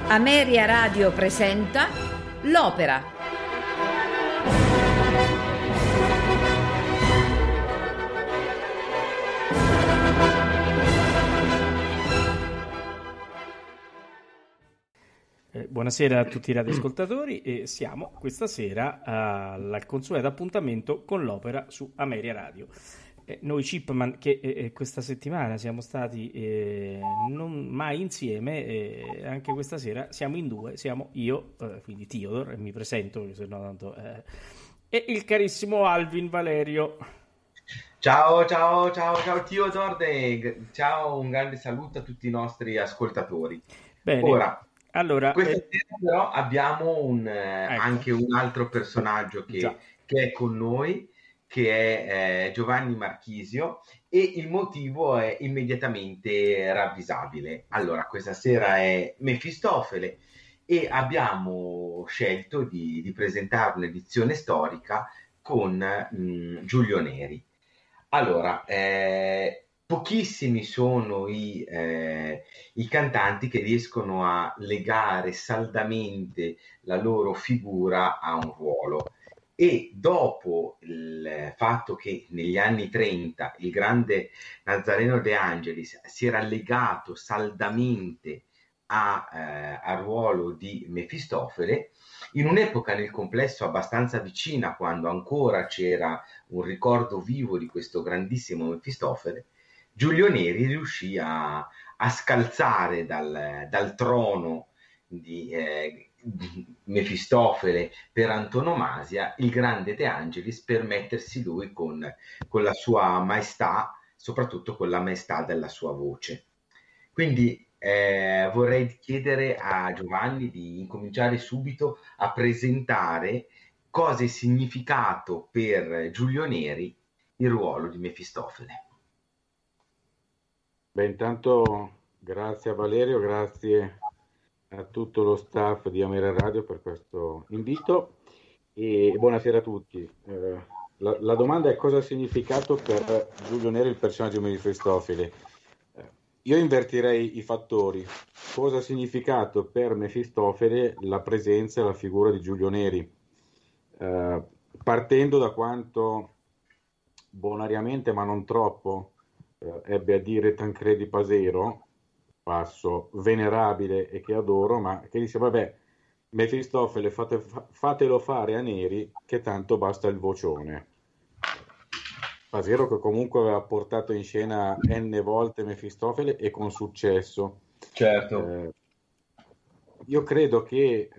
Ameria Radio presenta L'Opera. Buonasera a tutti i radioascoltatori e siamo questa sera al consueto appuntamento con l'Opera su Ameria Radio. Noi Chipman che questa settimana siamo stati non mai insieme, anche questa sera siamo in due, siamo io, quindi Theodore, e mi presento, se no tanto, e il carissimo Alvin Valerio. Ciao Theodore, ciao, un grande saluto a tutti i nostri ascoltatori. Bene, allora, questa sera però abbiamo anche un altro personaggio che è con noi, che è Giovanni Marchisio, e il motivo è immediatamente ravvisabile. Allora, questa sera è Mefistofele e abbiamo scelto di presentare un'edizione storica con Giulio Neri. Allora, pochissimi sono i cantanti che riescono a legare saldamente la loro figura a un ruolo. E dopo il fatto che negli anni 30 il grande Nazareno De Angelis si era legato saldamente al ruolo di Mefistofele, in un'epoca nel complesso abbastanza vicina, quando ancora c'era un ricordo vivo di questo grandissimo Mefistofele, Giulio Neri riuscì a scalzare dal trono di Mefistofele per antonomasia il grande De Angelis, per mettersi lui con la sua maestà, soprattutto con la maestà della sua voce. Quindi vorrei chiedere a Giovanni di incominciare subito a presentare cosa è significato per Giulio Neri il ruolo di Mefistofele. Beh, intanto grazie a Valerio, grazie a tutto lo staff di Ameria Radio per questo invito e buonasera a tutti. La domanda è: cosa ha significato per Giulio Neri il personaggio di Mefistofele? Io invertirei i fattori. Cosa ha significato per Mefistofele la presenza e la figura di Giulio Neri? Partendo da quanto bonariamente, ma non troppo, ebbe a dire Tancredi Pasero, passo venerabile e che adoro, ma che dice: vabbè, Mefistofele fatelo fare a Neri, che tanto basta il vocione. Pasero che comunque aveva portato in scena n volte Mefistofele e con successo. Certo. Io credo che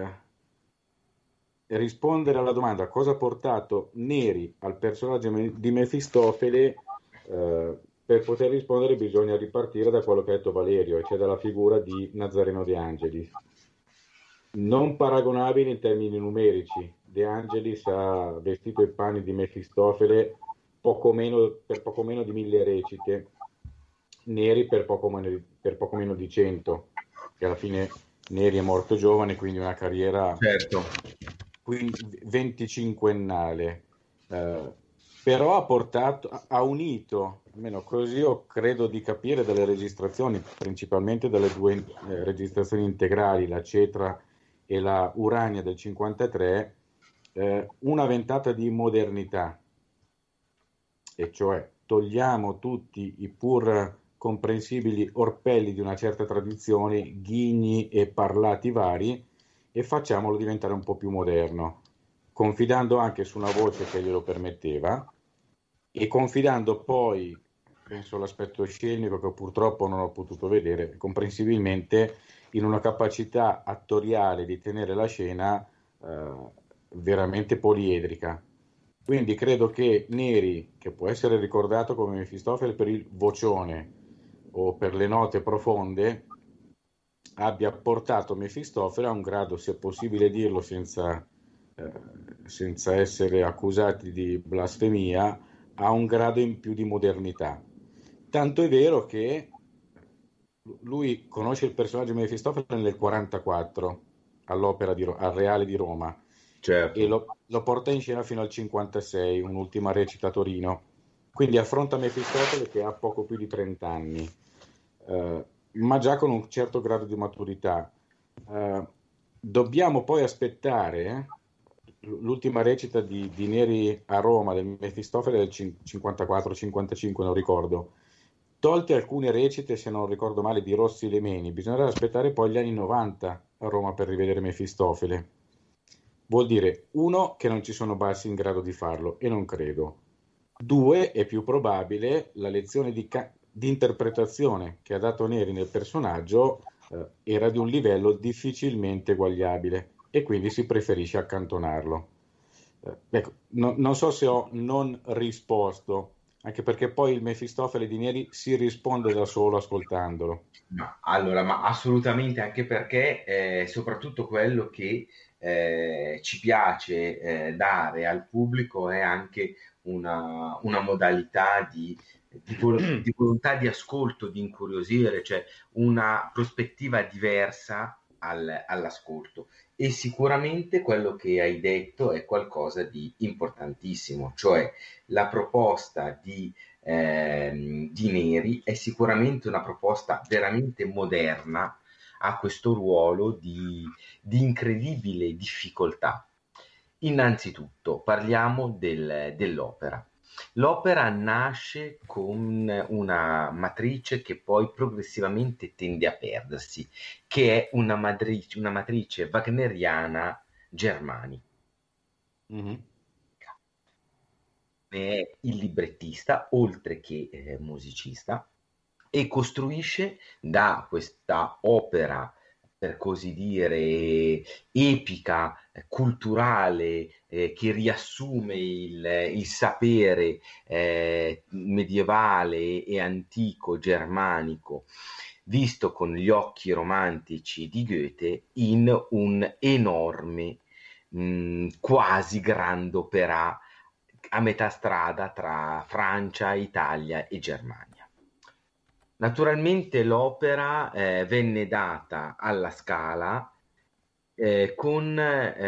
rispondere alla domanda cosa ha portato Neri al personaggio di Mefistofele, per poter rispondere bisogna ripartire da quello che ha detto Valerio, cioè dalla figura di Nazareno De Angelis. Non paragonabili in termini numerici. De Angelis ha vestito i panni di Mefistofele per poco meno di 1000 recite, Neri per poco meno di 100, che alla fine Neri è morto giovane, quindi una carriera 25ennale. Però ha unito, almeno così io credo di capire dalle registrazioni, principalmente dalle due registrazioni integrali, la Cetra e la Urania del 53, una ventata di modernità, e cioè togliamo tutti i pur comprensibili orpelli di una certa tradizione, ghigni e parlati vari, e facciamolo diventare un po' più moderno, confidando anche su una voce che glielo permetteva, e confidando poi, penso all'aspetto scenico che purtroppo non ho potuto vedere, comprensibilmente in una capacità attoriale di tenere la scena veramente poliedrica. Quindi credo che Neri, che può essere ricordato come Mefistofele per il vocione o per le note profonde, abbia portato Mefistofele a un grado, se è possibile dirlo senza essere accusati di blasfemia, a un grado in più di modernità. Tanto è vero che lui conosce il personaggio di Mefistofele nel 1944 all'Opera al Reale di Roma. Certo. E lo porta in scena fino al 1956, un'ultima recita a Torino. Quindi affronta Mefistofele che ha poco più di 30 anni, ma già con un certo grado di maturità. Dobbiamo poi aspettare l'ultima recita di Neri a Roma del Mefistofele del 54-55, non ricordo. Tolte alcune recite, se non ricordo male, di Rossi Lemeni, bisognerà aspettare poi gli anni 90 a Roma per rivedere Mefistofele. Vuol dire, uno, che non ci sono bassi in grado di farlo, e non credo. Due, è più probabile la lezione di interpretazione che ha dato Neri nel personaggio era di un livello difficilmente eguagliabile e quindi si preferisce accantonarlo. Ecco, non so se ho non risposto, anche perché poi il Mefistofele di Neri si risponde da solo ascoltandolo. No, allora, ma assolutamente, anche perché soprattutto quello che ci piace dare al pubblico è anche una modalità di volontà di ascolto, di incuriosire, cioè una prospettiva diversa all'ascolto. E sicuramente quello che hai detto è qualcosa di importantissimo, cioè la proposta di Neri è sicuramente una proposta veramente moderna, ha questo ruolo di incredibile difficoltà. Innanzitutto parliamo dell'opera. L'opera nasce con una matrice che poi progressivamente tende a perdersi, che è una matrice wagneriana germanica. Mm-hmm. È il librettista, oltre che musicista, e costruisce da questa opera, per così dire, epica, culturale, che riassume il sapere medievale e antico germanico, visto con gli occhi romantici di Goethe, in un enorme, quasi grande opera a metà strada tra Francia, Italia e Germania. Naturalmente l'opera venne data alla Scala con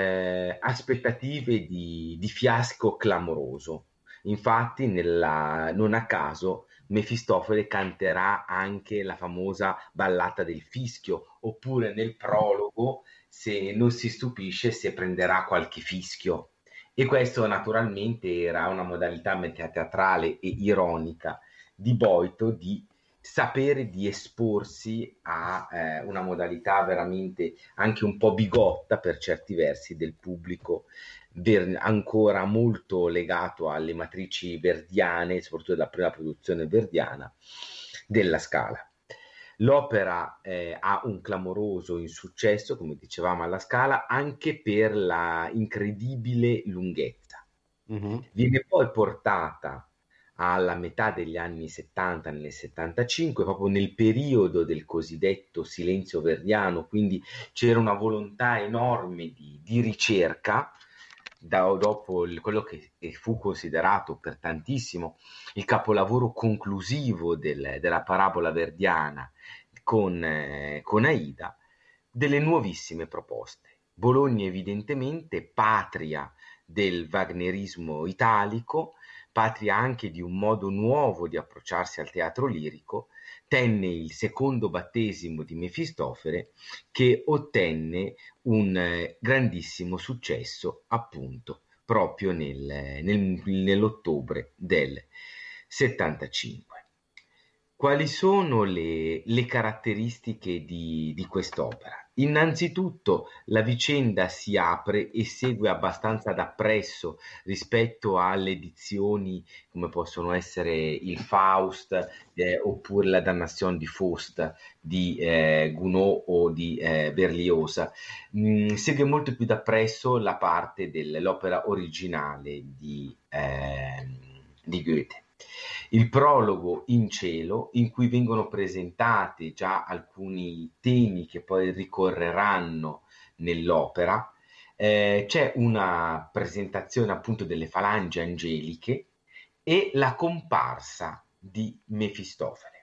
aspettative di fiasco clamoroso. Infatti, non a caso, Mefistofele canterà anche la famosa ballata del fischio, oppure nel prologo, se non si stupisce, se prenderà qualche fischio. E questo naturalmente era una modalità teatrale e ironica di Boito di sapere di esporsi a una modalità veramente anche un po' bigotta per certi versi del pubblico ancora molto legato alle matrici verdiane, soprattutto della prima produzione verdiana della Scala. L'opera ha un clamoroso insuccesso, come dicevamo alla Scala, anche per la incredibile lunghezza. Mm-hmm. Viene poi portata alla metà degli anni 70, nel 75, proprio nel periodo del cosiddetto silenzio verdiano, quindi c'era una volontà enorme di ricerca, dopo quello che fu considerato per tantissimo il capolavoro conclusivo della parabola verdiana con Aida, delle nuovissime proposte. Bologna evidentemente patria del wagnerismo italico, patria anche di un modo nuovo di approcciarsi al teatro lirico, tenne il secondo battesimo di Mefistofele, che ottenne un grandissimo successo appunto proprio nell'ottobre del 75. Quali sono le caratteristiche di quest'opera? Innanzitutto la vicenda si apre e segue abbastanza dappresso rispetto alle edizioni come possono essere il Faust oppure la Damnation di Faust di Gounod o di Berlioz. Segue molto più dappresso la parte dell'opera originale di Goethe. Il prologo in cielo, in cui vengono presentati già alcuni temi che poi ricorreranno nell'opera, c'è una presentazione appunto delle falangi angeliche e la comparsa di Mefistofele.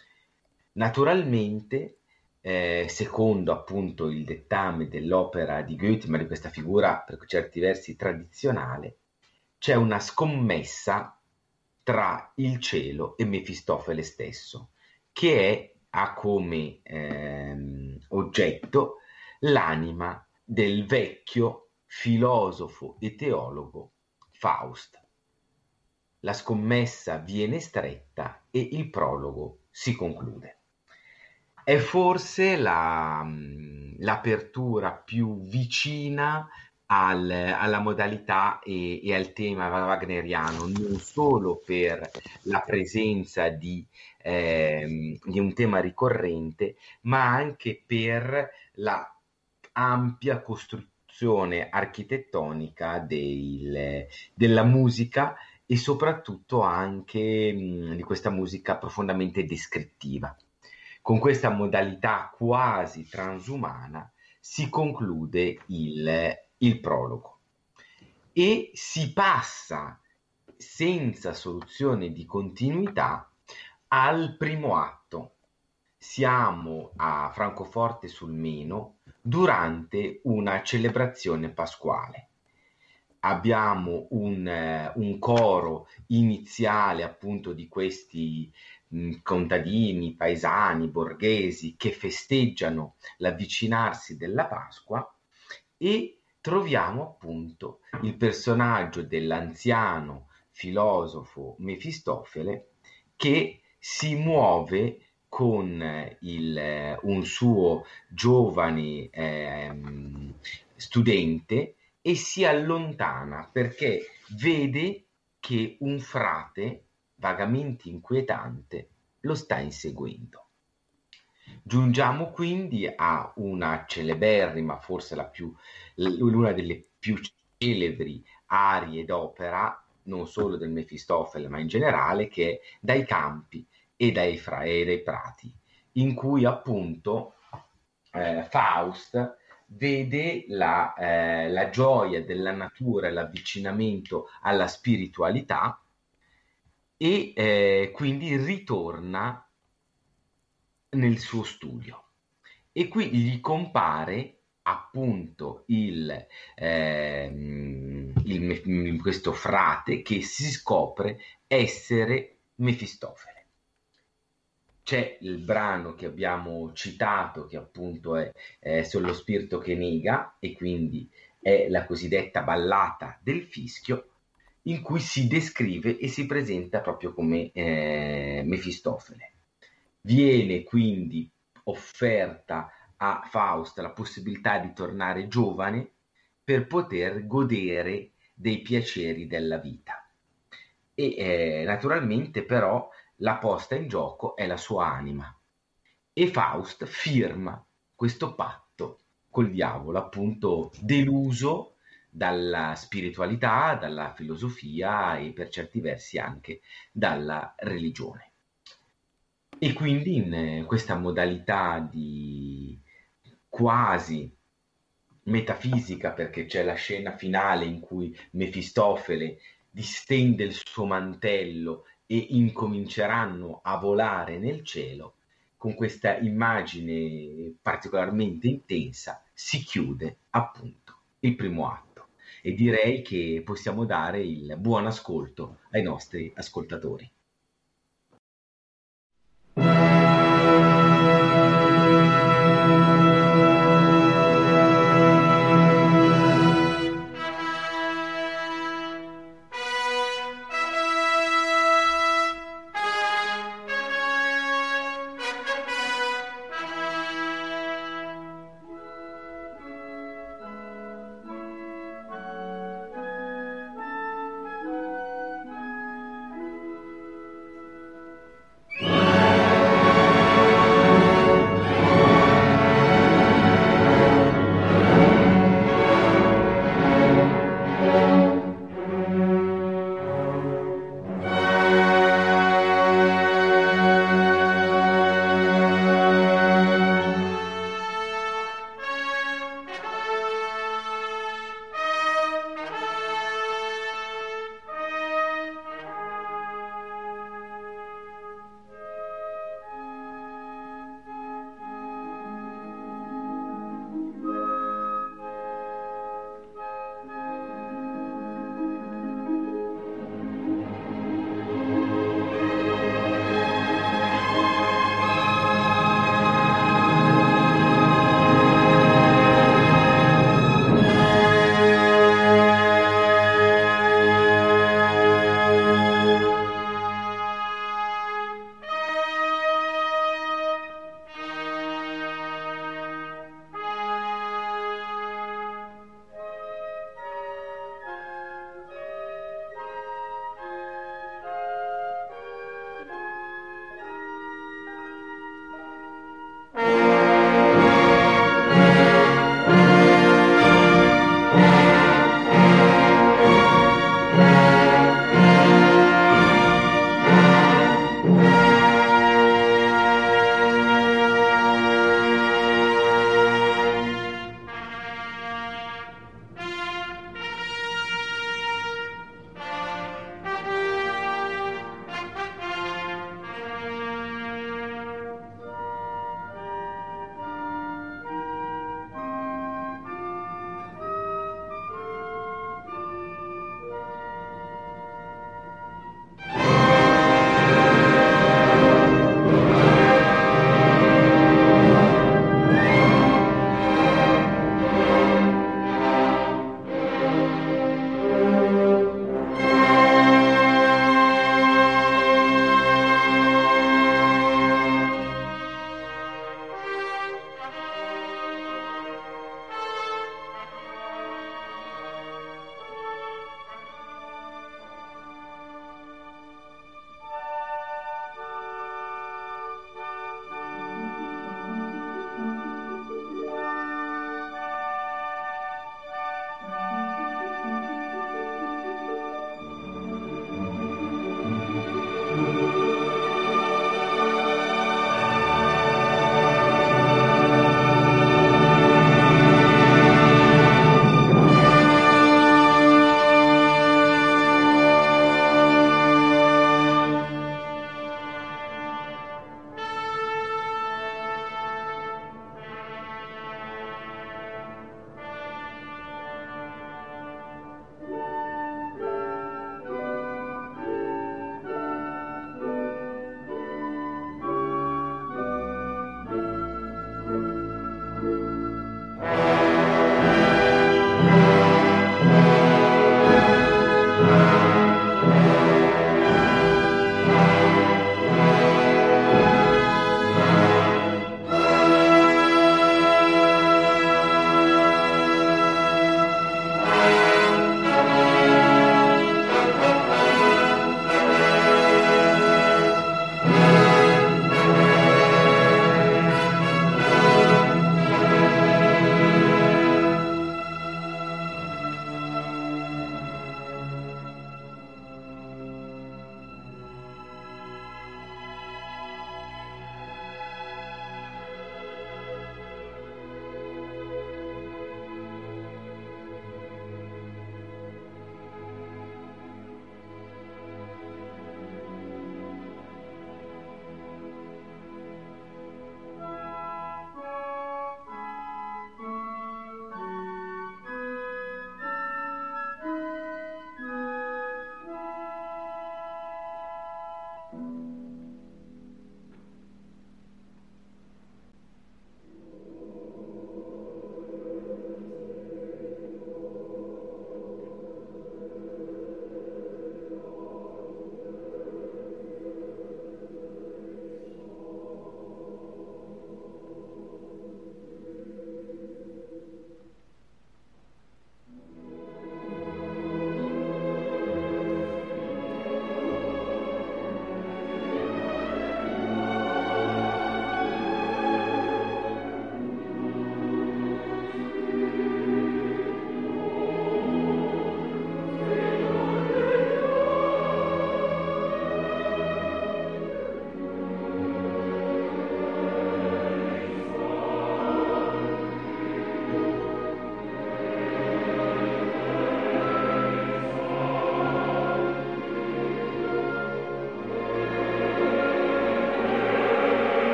Naturalmente, secondo appunto il dettame dell'opera di Goethe, ma di questa figura per certi versi tradizionale, c'è una scommessa tra il cielo e Mefistofele stesso, che ha come oggetto l'anima del vecchio filosofo e teologo Faust. La scommessa viene stretta e il prologo si conclude. È forse l'apertura più vicina alla modalità e al tema wagneriano, non solo per la presenza di un tema ricorrente, ma anche per la ampia costruzione architettonica della musica e soprattutto anche di questa musica profondamente descrittiva. Con questa modalità quasi transumana si conclude il prologo e si passa senza soluzione di continuità al primo atto. Siamo a Francoforte sul Meno durante una celebrazione pasquale. Abbiamo un coro iniziale appunto di questi contadini, paesani, borghesi che festeggiano l'avvicinarsi della Pasqua e troviamo appunto il personaggio dell'anziano filosofo Mefistofele che si muove con un suo giovane studente e si allontana perché vede che un frate vagamente inquietante lo sta inseguendo. Giungiamo quindi a una celeberrima, forse una delle più celebri arie d'opera, non solo del Mefistofele, ma in generale, che è Dai campi e dai prati, in cui appunto Faust vede la gioia della natura e l'avvicinamento alla spiritualità e quindi ritorna nel suo studio e qui gli compare appunto questo frate che si scopre essere Mefistofele. C'è il brano che abbiamo citato che appunto è sullo spirito che nega e quindi è la cosiddetta ballata del fischio, in cui si descrive e si presenta proprio come Mefistofele. Viene quindi offerta a Faust la possibilità di tornare giovane per poter godere dei piaceri della vita. E naturalmente però la posta in gioco è la sua anima e Faust firma questo patto col diavolo, appunto deluso dalla spiritualità, dalla filosofia e per certi versi anche dalla religione. E quindi in questa modalità di quasi metafisica, perché c'è la scena finale in cui Mefistofele distende il suo mantello e incominceranno a volare nel cielo, con questa immagine particolarmente intensa si chiude appunto il primo atto e direi che possiamo dare il buon ascolto ai nostri ascoltatori.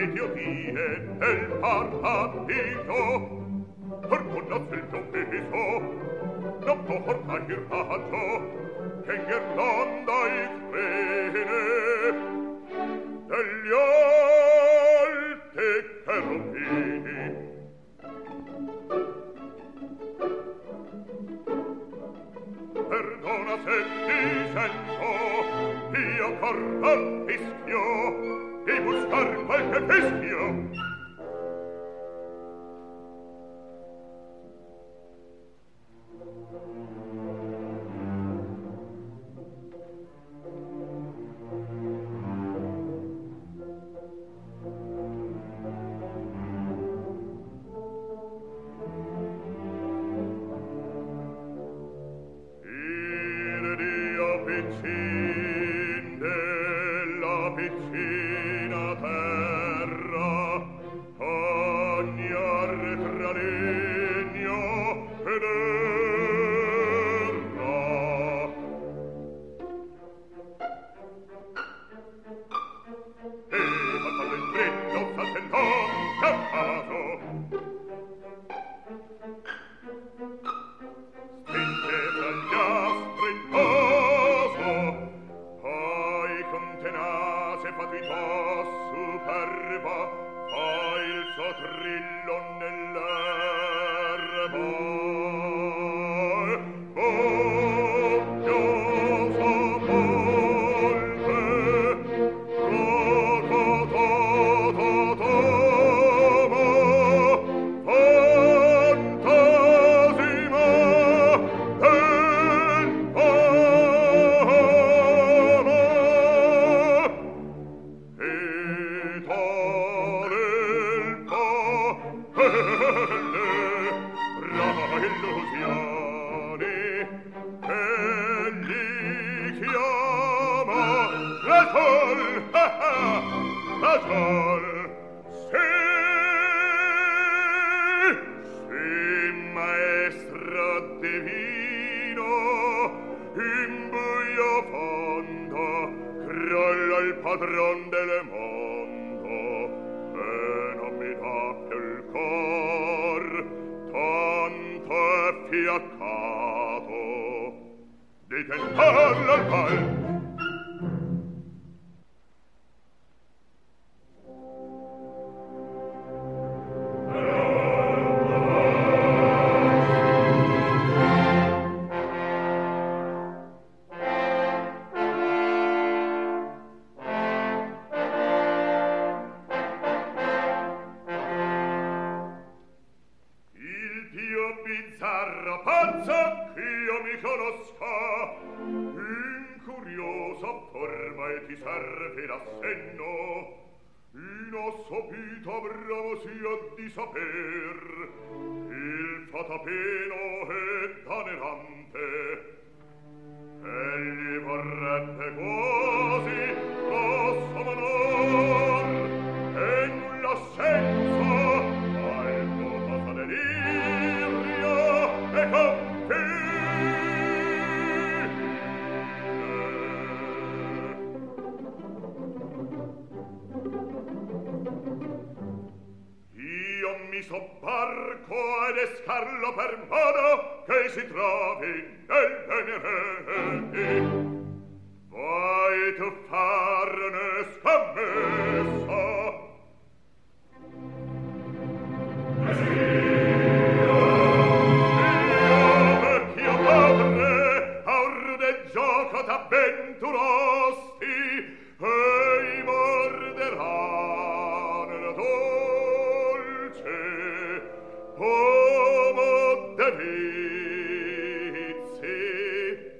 Dio die del partito per conosce il tuo peso non può portare il raggio che in Ghirlanda il frene degli alti cherubini. Perdona se ti sento, io corro al fischio di buscar qualche fischio.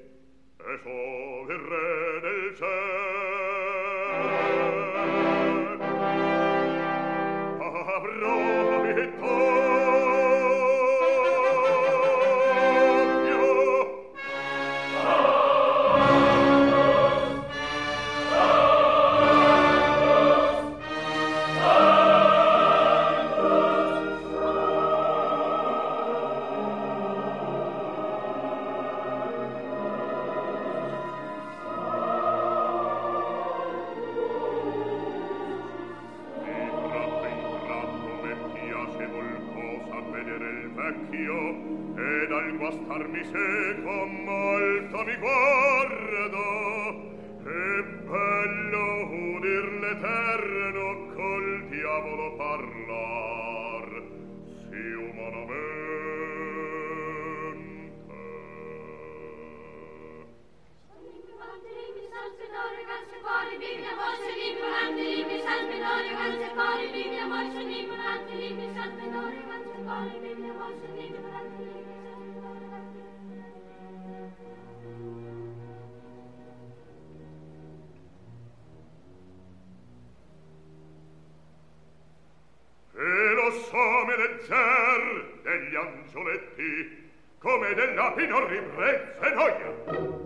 Re del cielo vedere il vecchio e dal guastarmi seco molto mi guarda. È bello udir l'Eterno col diavolo parlar sì umanamente. E lo so menezzer degli angioletti come dell'api non ribrezza e noia.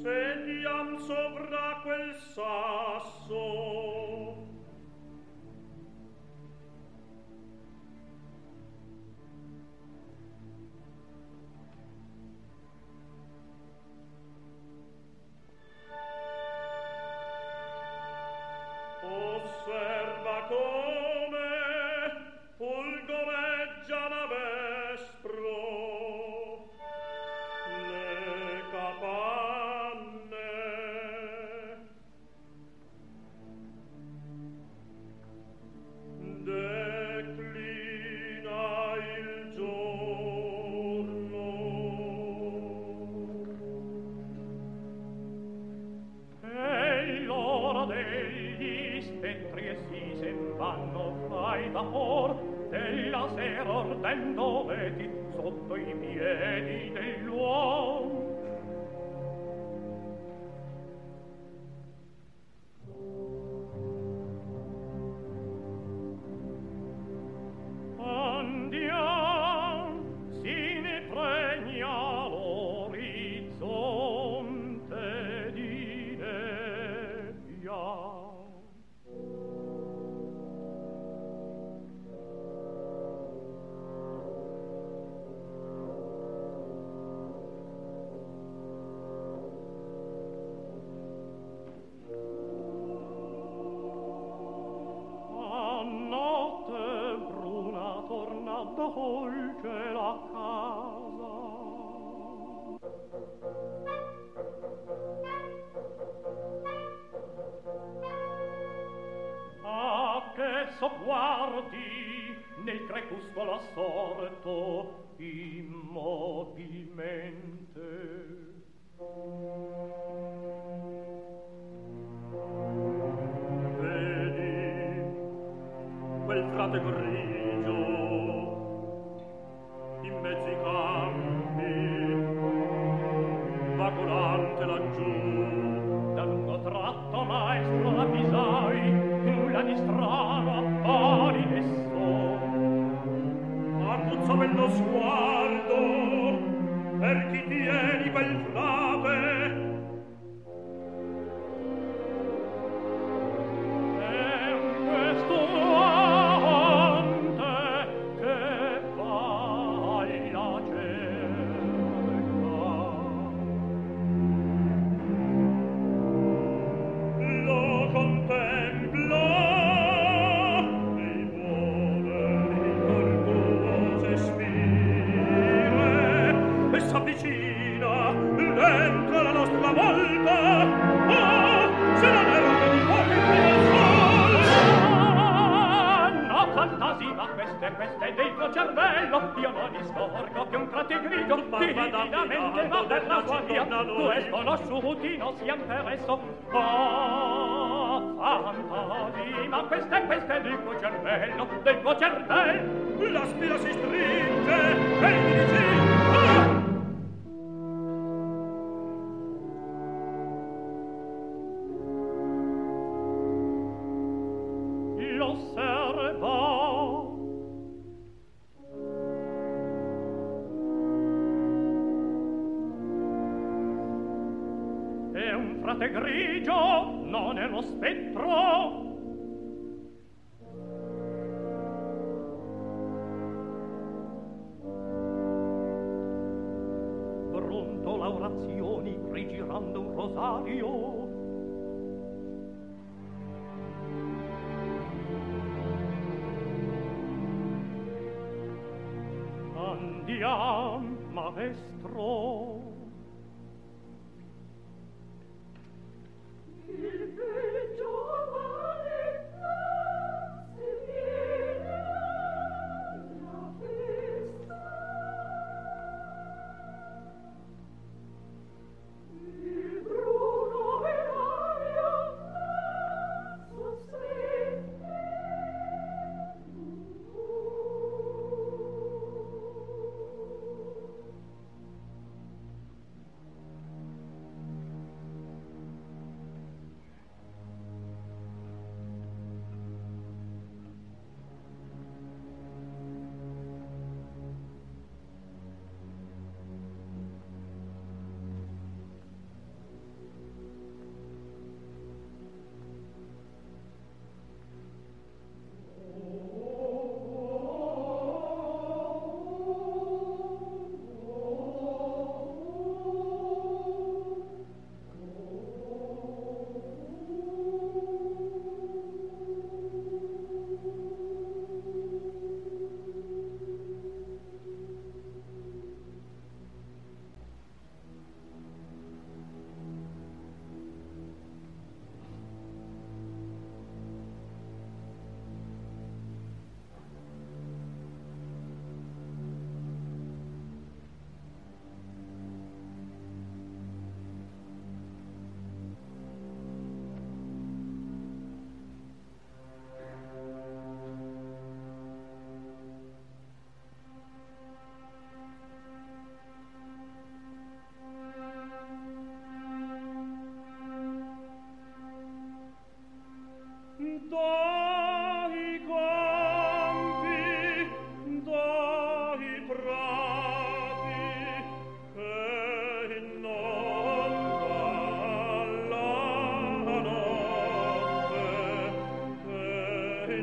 Sediam sovra quel sasso. Osserva come fulgoreggia la vespro, le capanne declina il giorno. È l'ora degli spettri e si sen vanno fai vapor della sera ordendo vedi sotto i piedi dell'uomo. Andiam, si ne pregna l'orizzonte di nebbia. A notte bruna torna dolce la casa. A che sogguardi nel crepuscolo assorto immobilmente. Vedi quel frate grigio in mezzo ai campi, vagolante laggiù. Da lungo tratto maestro avvisai, nulla di strano appare in esso. Aguzzo bello sguardo per chi tieni quel frate. Questo ante che va alla cerca lo contempla e vuole tortuose spire e s'avvicina dentro la nostra volta. Oh, se la neve di fuoco il no, fantasia, questa è del tuo cervello. Io non mi scorgo che un frate grigio timidamente va per la sua via. Due sconosciuti non siam per esso. Oh, fantasia, ma questa è del tuo cervello, del tuo cervello. La spina si stringe e mi dici l'osserva. È un frate grigio, non è uno spettro. Brontola orazioni rigirando un rosario. Andiam, maestro. Il giovane si viene alla festa. Il bruno velario sospende.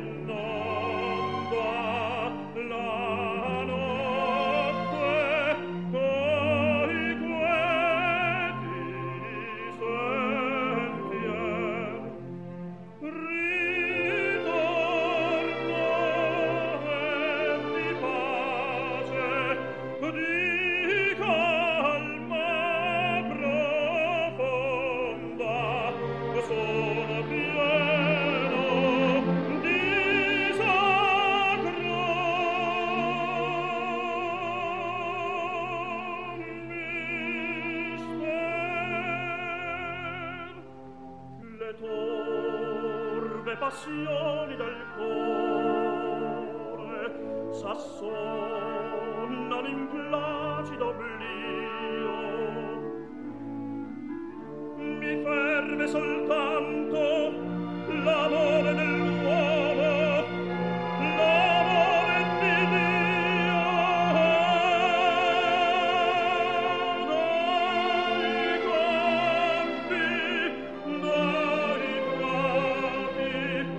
passioni del cuore s'assonnano in placido oblio. Mi ferme soltanto l'amore dell'uomo, l'amore di Dio. Dai campi,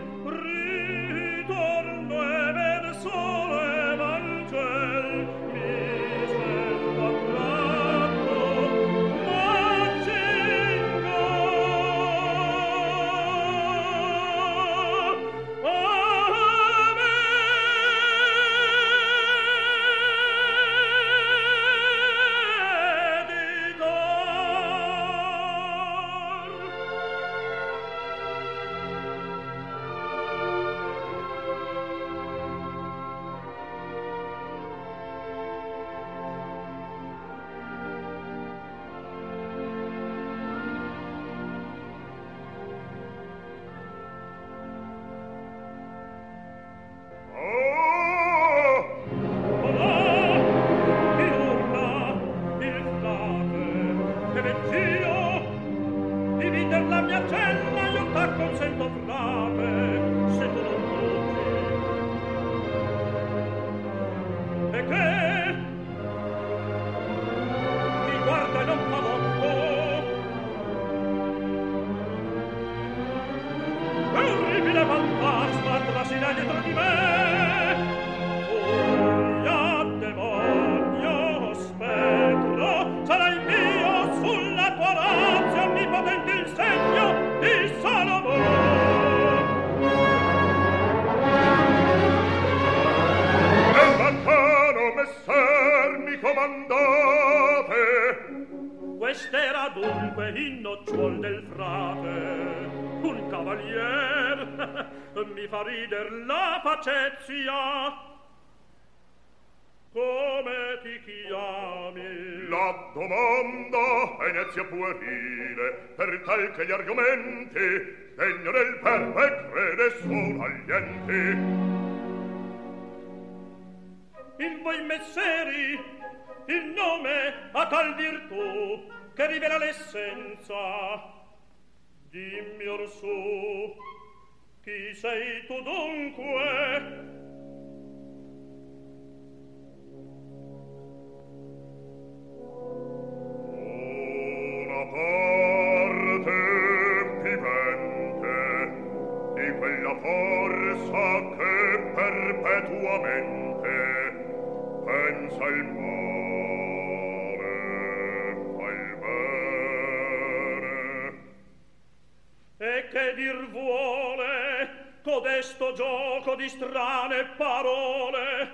ritorno e ved sole Evangel, mi sento attratto, ma cingo a la mia cella io t'acconsento frate, se tu non fuggi. E che mi guarda e non fa motto, è orribile fantasma trasina dietro di me. Voglia demonio spettro, sarai mio sulla tua razza onnipotente il segno di Salomone. E lontano messer mi comandate, quest'era dunque il nocciuol del frate, un cavalier mi fa rider la facezia. Come ti chiami? La domanda è inizia puerile, per tal che gli argomenti degno del verbo e crede sonaglienti. In voi messeri il nome ha tal virtù che rivela l'essenza. Dimmi orsù, chi sei tu dunque? Parte vivente di quella forza che perpetuamente pensa il male, fa il bene. E che dir vuole codesto gioco di strane parole?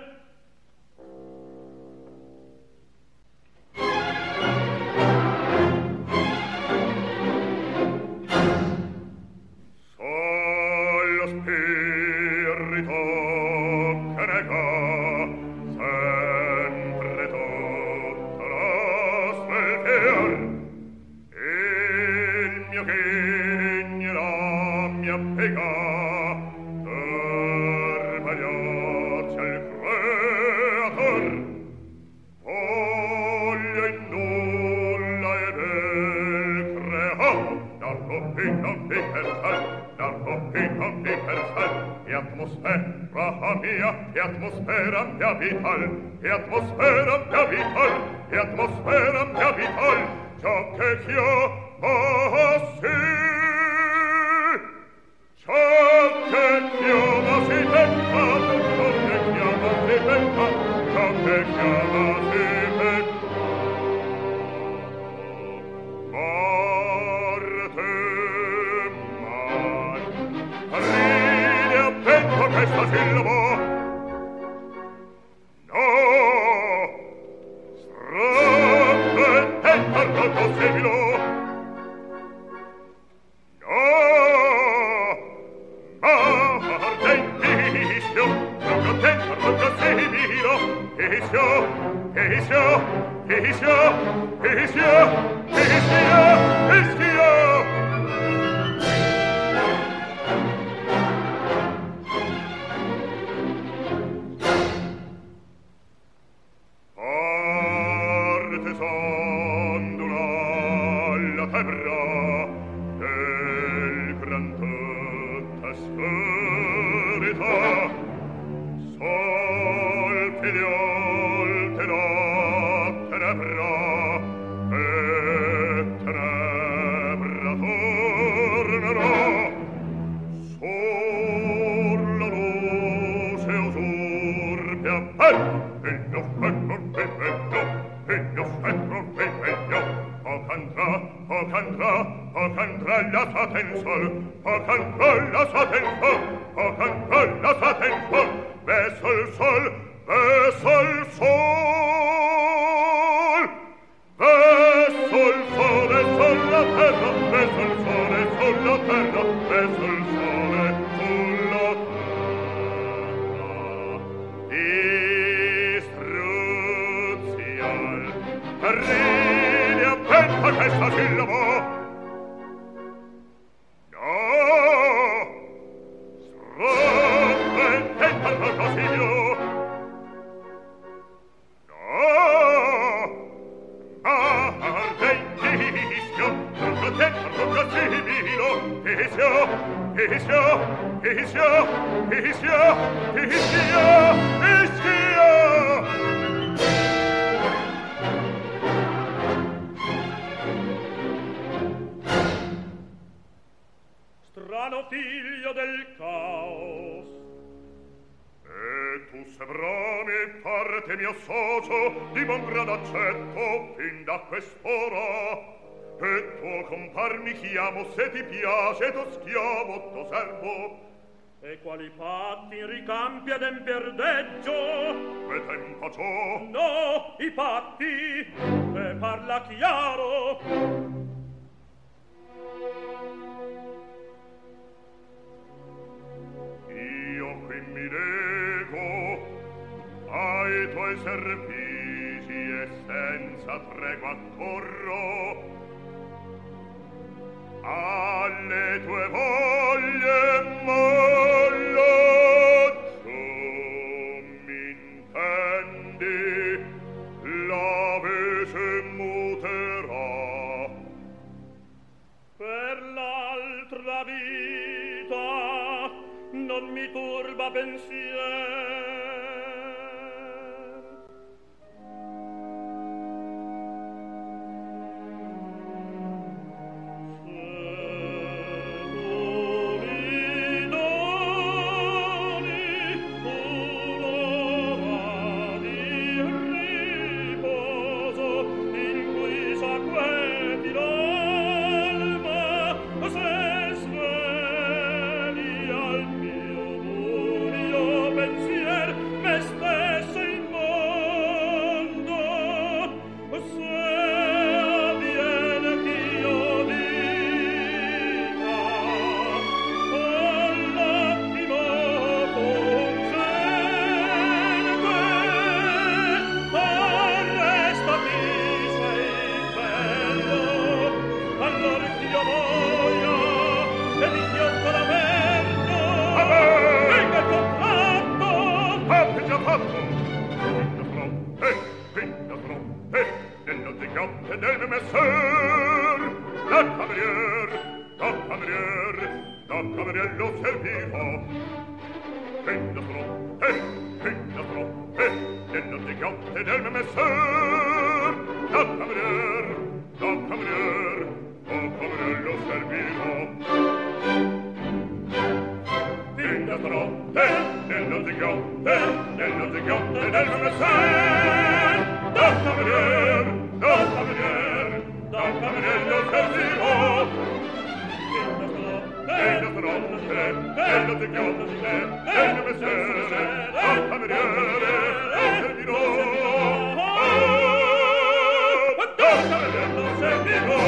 E atmosfera mia vital, e atmosfera mia vital, e atmosfera mia vital, ciò che chiama sì, Se ti piace t'o schiavo, t'o servo. E quali patti in ricampi ed in perdeggio? E tempo ciò? No, i patti, e parla chiaro. Io qui mi lego ai tuoi servigi e senza tregua corro alle tue voglie mollaggio m'intendi la vece muterà per l'altra vita non mi turba pensier nostra notte, nello zigiotte del messer. Da camerier lo servirò. Nello zigiotte del messer. Da cameriere lo servirò. Da camerier lo servirò.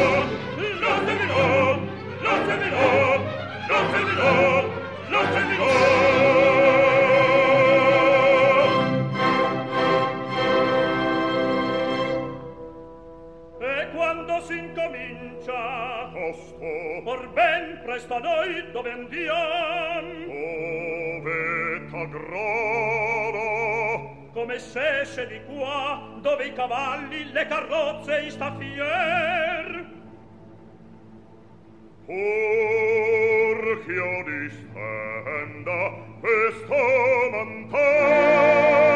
E quando si incomincia tosto, or ben presto a noi dove andiam? Dove t'aggrada? Come se esce di qua, dove i cavalli, le carrozze, i staffier. Porchio distenda questo mantel.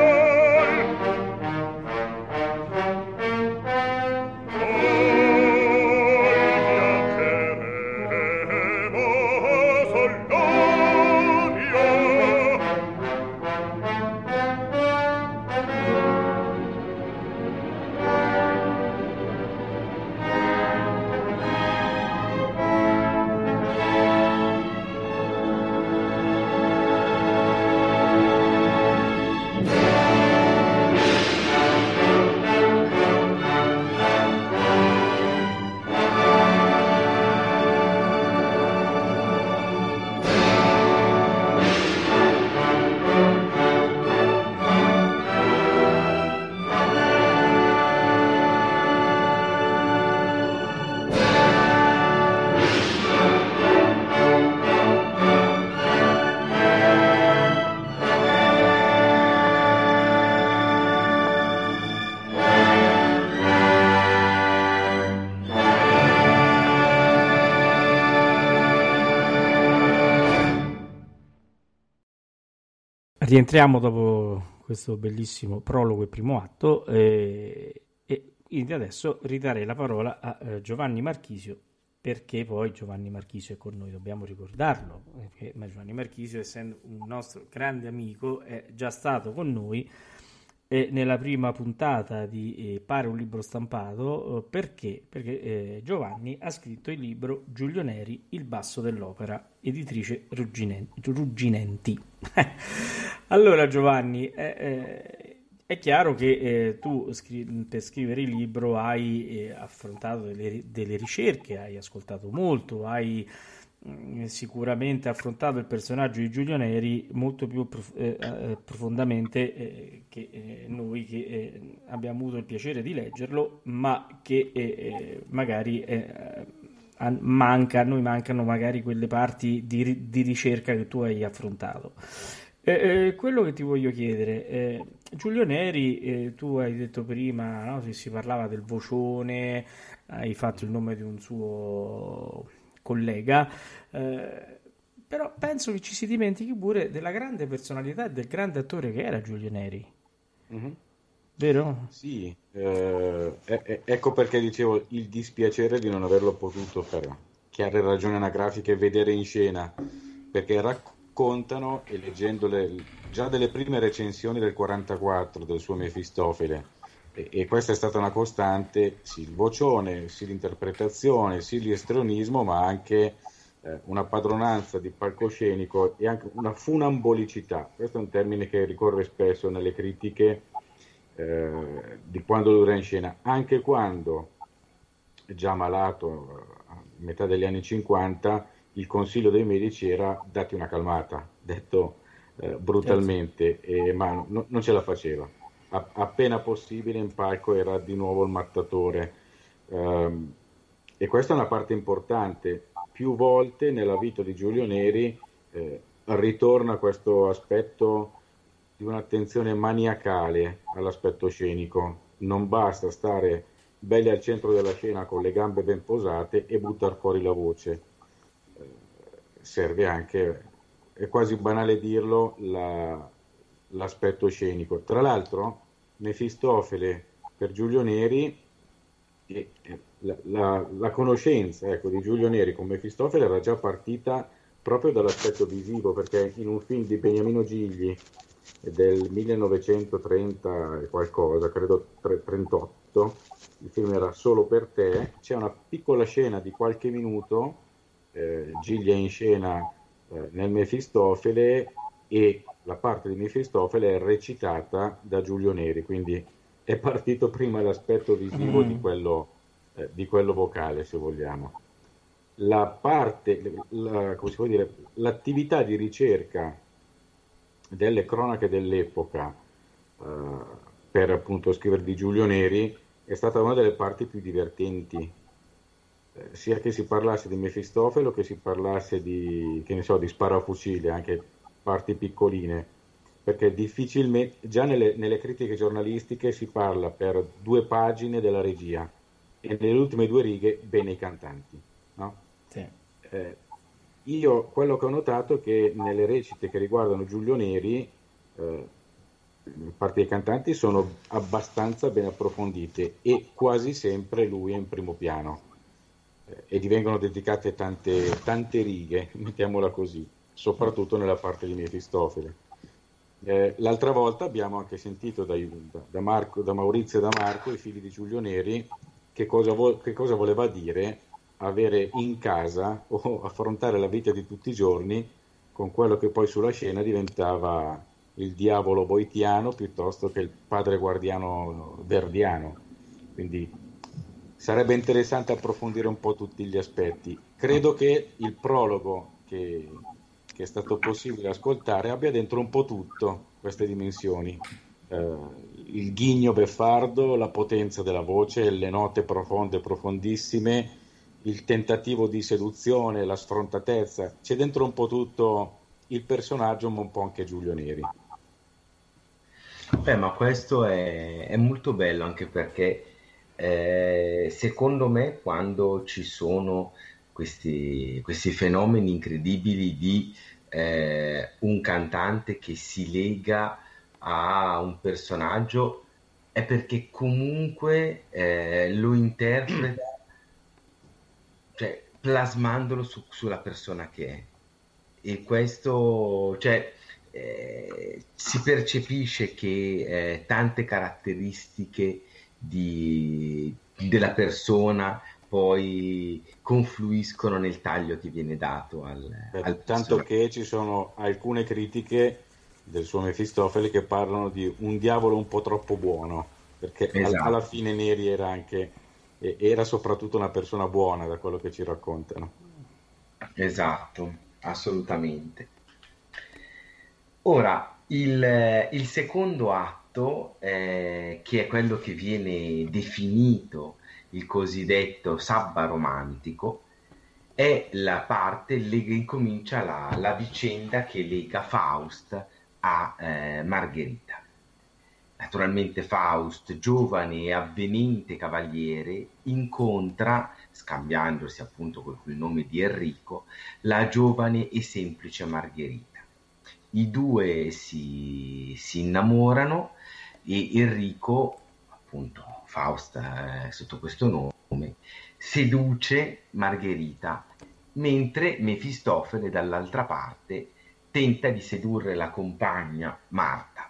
Rientriamo dopo questo bellissimo prologo e primo atto e adesso ridarei la parola a Giovanni Marchisio, perché poi Giovanni Marchisio è con noi, dobbiamo ricordarlo, perché Giovanni Marchisio, essendo un nostro grande amico, è già stato con noi nella prima puntata di Pare un libro stampato. Perché Giovanni ha scritto il libro Giulio Neri, Il basso dell'opera, editrice Rugginenti. Allora Giovanni, è chiaro che tu per scrivere il libro hai affrontato delle ricerche, hai ascoltato molto, hai sicuramente affrontato il personaggio di Giulio Neri molto più profondamente che noi che abbiamo avuto il piacere di leggerlo, ma che magari a noi mancano magari quelle parti di ricerca che tu hai affrontato. Quello che ti voglio chiedere, Giulio Neri, tu hai detto prima, no, se si parlava del vocione, hai fatto il nome di un suo collega, però penso che ci si dimentichi pure della grande personalità e del grande attore che era Giulio Neri. Mm-hmm. Vero? Sì, ecco perché dicevo il dispiacere di non averlo potuto, per chiare ragioni anagrafiche, vedere in scena, perché raccontano, e leggendole già delle prime recensioni del 44 del suo Mefistofele, e questa è stata una costante, sì il vocione, sì l'interpretazione, sì l'istrionismo, ma anche una padronanza di palcoscenico e anche una funambolicità. Questo è un termine che ricorre spesso nelle critiche di quando lui era in scena, anche quando, già malato a metà degli anni 50, il consiglio dei medici era dati una calmata, detto brutalmente, ma non ce la faceva. Appena possibile in palco era di nuovo il mattatore, e questa è una parte importante. Più volte nella vita di Giulio Neri ritorna questo aspetto di un'attenzione maniacale all'aspetto scenico. Non basta stare belli al centro della scena con le gambe ben posate e buttare fuori la voce, serve anche, è quasi banale dirlo, l'aspetto scenico. Tra l'altro Mefistofele per Giulio Neri, la conoscenza, ecco, di Giulio Neri con Mefistofele era già partita proprio dall'aspetto visivo, perché in un film di Beniamino Gigli del 1930 e qualcosa, credo 38, il film era Solo per te, c'è una piccola scena di qualche minuto, Gigli è in scena nel Mefistofele e la parte di Mefistofele è recitata da Giulio Neri, quindi è partito prima l'aspetto visivo di quello vocale, se vogliamo. La parte, come si può dire, l'attività di ricerca delle cronache dell'epoca per appunto scrivere di Giulio Neri è stata una delle parti più divertenti, sia che si parlasse di Mefistofele o che si parlasse di, che ne so, di Sparafucile, anche parti piccoline, perché difficilmente, già nelle critiche giornalistiche si parla per 2 pagine della regia e nelle ultime 2 righe bene i cantanti, no? Sì. Io quello che ho notato è che nelle recite che riguardano Giulio Neri, parte dei cantanti sono abbastanza ben approfondite e quasi sempre lui è in primo piano, e gli vengono dedicate tante righe, mettiamola così, soprattutto nella parte di Mefistofele. L'altra volta abbiamo anche sentito da Maurizio e da Marco, i figli di Giulio Neri, che cosa voleva dire avere in casa o affrontare la vita di tutti i giorni con quello che poi sulla scena diventava il diavolo boitiano piuttosto che il padre guardiano verdiano. Quindi sarebbe interessante approfondire un po' tutti gli aspetti. Credo che il prologo che è stato possibile ascoltare abbia dentro un po' tutto queste dimensioni, il ghigno beffardo, la potenza della voce, le note profonde, profondissime, il tentativo di seduzione, la sfrontatezza, c'è dentro un po' tutto il personaggio, ma un po' anche Giulio Neri. Ma questo è molto bello, anche perché secondo me quando ci sono questi fenomeni incredibili di un cantante che si lega a un personaggio, è perché comunque lo interpreta, cioè plasmandolo sulla persona che è, e questo, cioè, si percepisce che tante caratteristiche della persona poi confluiscono nel taglio che viene dato al tanto che ci sono alcune critiche del suo Mefistofele che parlano di un diavolo un po' troppo buono, perché esatto. alla fine Neri era soprattutto una persona buona, da quello che ci raccontano. Esatto, assolutamente. Ora, il secondo atto, che è quello che viene definito il cosiddetto sabba romantico, è la parte incomincia la vicenda che lega Faust a Margherita. Naturalmente Faust, giovane e avvenente cavaliere, incontra, scambiandosi appunto col nome di Enrico, la giovane e semplice Margherita. I due si innamorano e Enrico, appunto Faust sotto questo nome, seduce Margherita, mentre Mefistofele dall'altra parte tenta di sedurre la compagna Marta.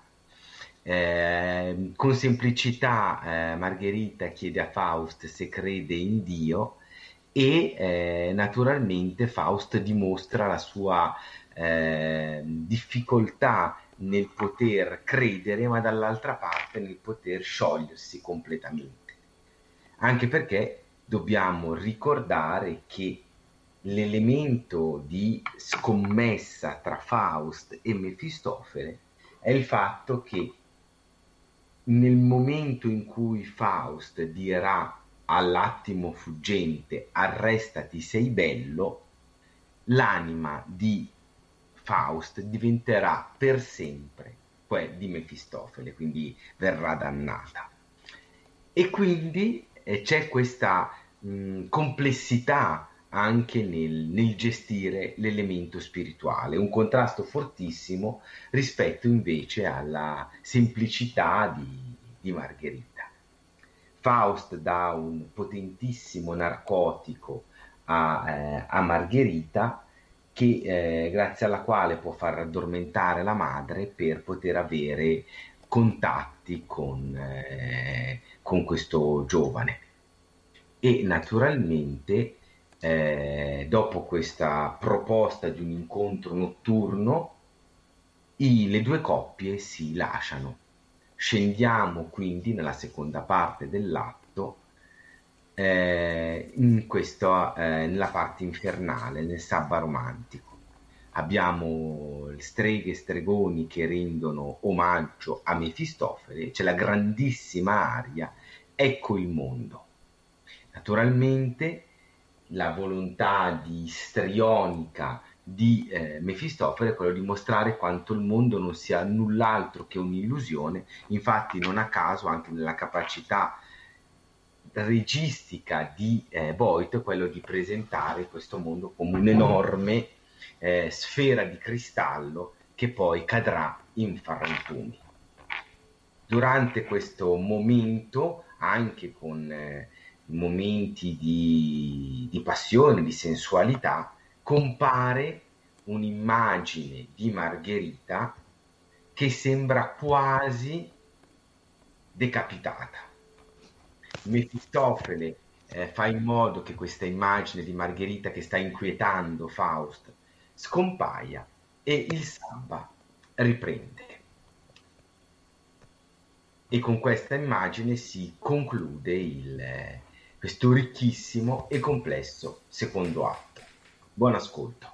Con semplicità Margherita chiede a Faust se crede in Dio e naturalmente Faust dimostra la sua difficoltà nel poter credere, ma dall'altra parte nel poter sciogliersi completamente, anche perché dobbiamo ricordare che l'elemento di scommessa tra Faust e Mefistofele è il fatto che nel momento in cui Faust dirà all'attimo fuggente arrestati, sei bello, l'anima di Faust diventerà per sempre quella di Mefistofele, quindi verrà dannata. E quindi c'è questa complessità anche nel gestire l'elemento spirituale, un contrasto fortissimo rispetto invece alla semplicità di Margherita. Faust dà un potentissimo narcotico a Margherita grazie alla quale può far addormentare la madre per poter avere contatti con questo giovane. E naturalmente dopo questa proposta di un incontro notturno le due coppie si lasciano. Scendiamo quindi nella seconda parte dell'atto, nella parte infernale, nel sabba romantico. Abbiamo streghe e stregoni che rendono omaggio a Mefistofele, c'è la grandissima aria "Ecco il mondo". Naturalmente la volontà istrionica di Mefistofele è quello di mostrare quanto il mondo non sia null'altro che un'illusione. Infatti non a caso anche nella capacità registica di Voigt quello di presentare questo mondo come un'enorme sfera di cristallo che poi cadrà in frantumi. Durante questo momento, anche con momenti di passione, di sensualità, compare un'immagine di Margherita che sembra quasi decapitata. Mefistofele fa in modo che questa immagine di Margherita che sta inquietando Faust scompaia e il sabba riprende. E con questa immagine si conclude questo ricchissimo e complesso secondo atto. Buon ascolto.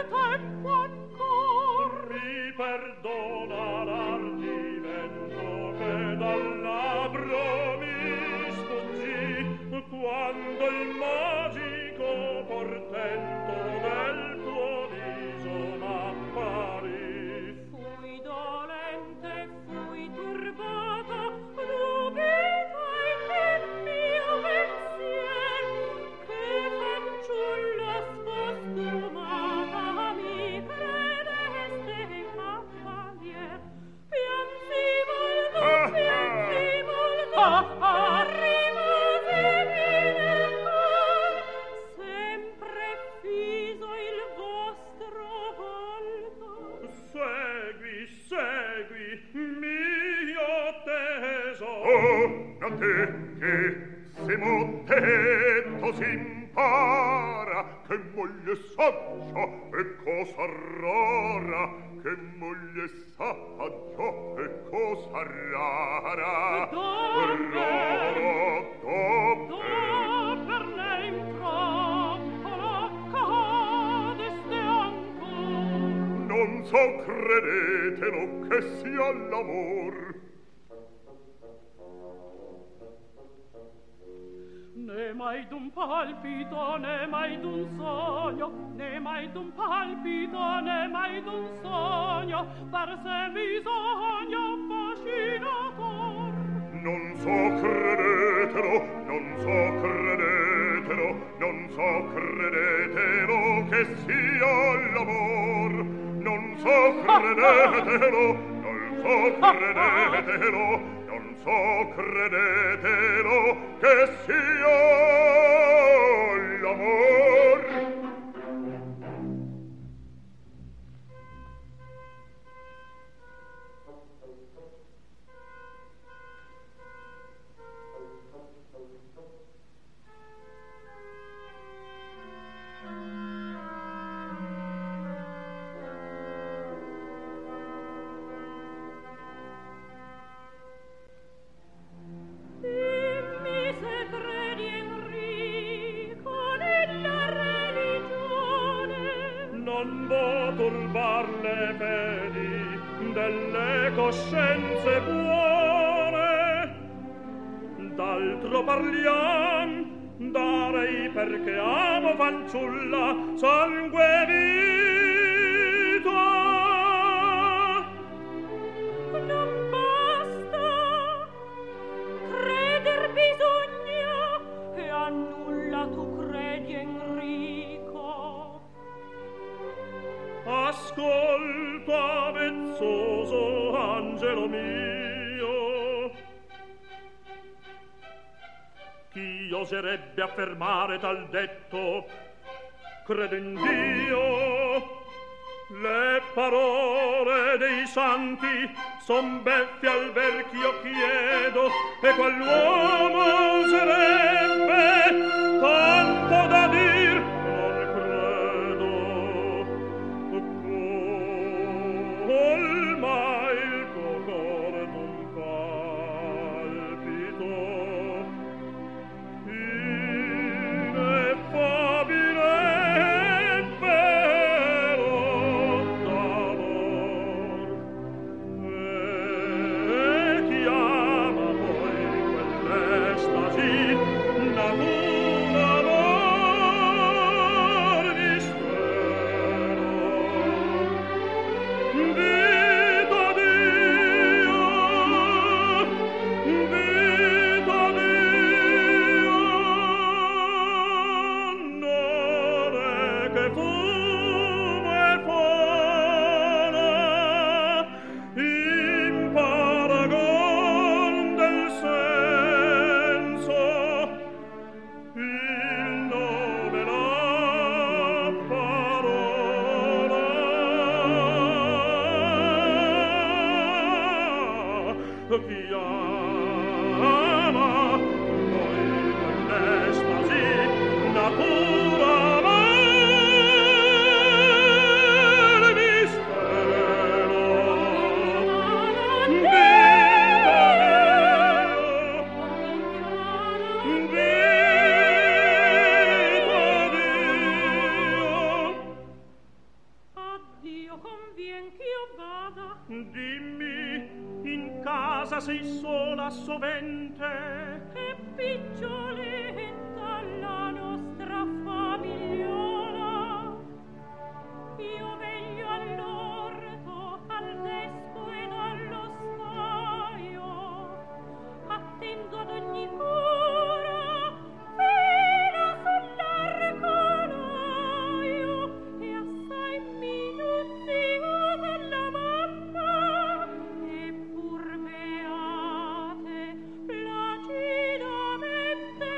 Perdona l'ardimento so. Oh, a te che se mottetto s'impara, che moglie saggia e cosa rara, che moglie saggia e cosa rara. Per lei in trappola cadeste ancor. Non so, credetelo, che sia l'amor. Ne mai d'un palpito, ne mai d'un sogno, ne mai d'un palpito, ne mai d'un sogno, per se bisogno fascinator. Non so, credetelo, non so, credetelo, non so, credetelo, che sia l'amor. Non so, credetelo, non so, credetelo, non so, credetelo, che sia l'amor. Turbar le fedi delle coscienze buone, d'altro parliam, darei perché amo fanciulla sangue vita. Non basta, creder bisogna, e a nulla tu credi, Enrico. Ascolta, vezzoso angelo mio, chi oserebbe affermare tal detto? Credo in Dio. Le parole dei santi son beffe al ver ch'io chiedo, e quell'uomo oserebbe tanto da dir non credo. Colma il tuo cor d'un palpito ineffabile e vero d'amor, e chiama poi quell'estasi natura amor mistero. Vita Dio, non è che fumo e fona in paragon del senso, il nome, la parola, chi ama poi quell'estasi natura amor mistero. Vita Dio. Addio, convien ch'io vada. Dimmi, in casa sei sola sovente? E piccioletta la nostra famigliola. Io veglio all'orto, al desco ed allo scaio, attendo ad ogni cura, fino sull'arcolaio, e assai minuziosa la mamma, eppur beate placidamente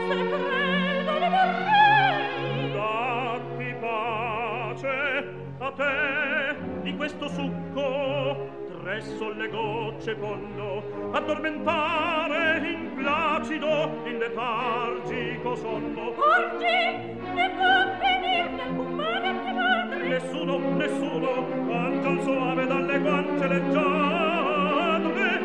Questo succo tre solle gocce ponno addormentare in placido in letargico sonno. Oggi ne può venirne alcun male a mia madre? Nessuno mangia il soave dalle guance leggiadre.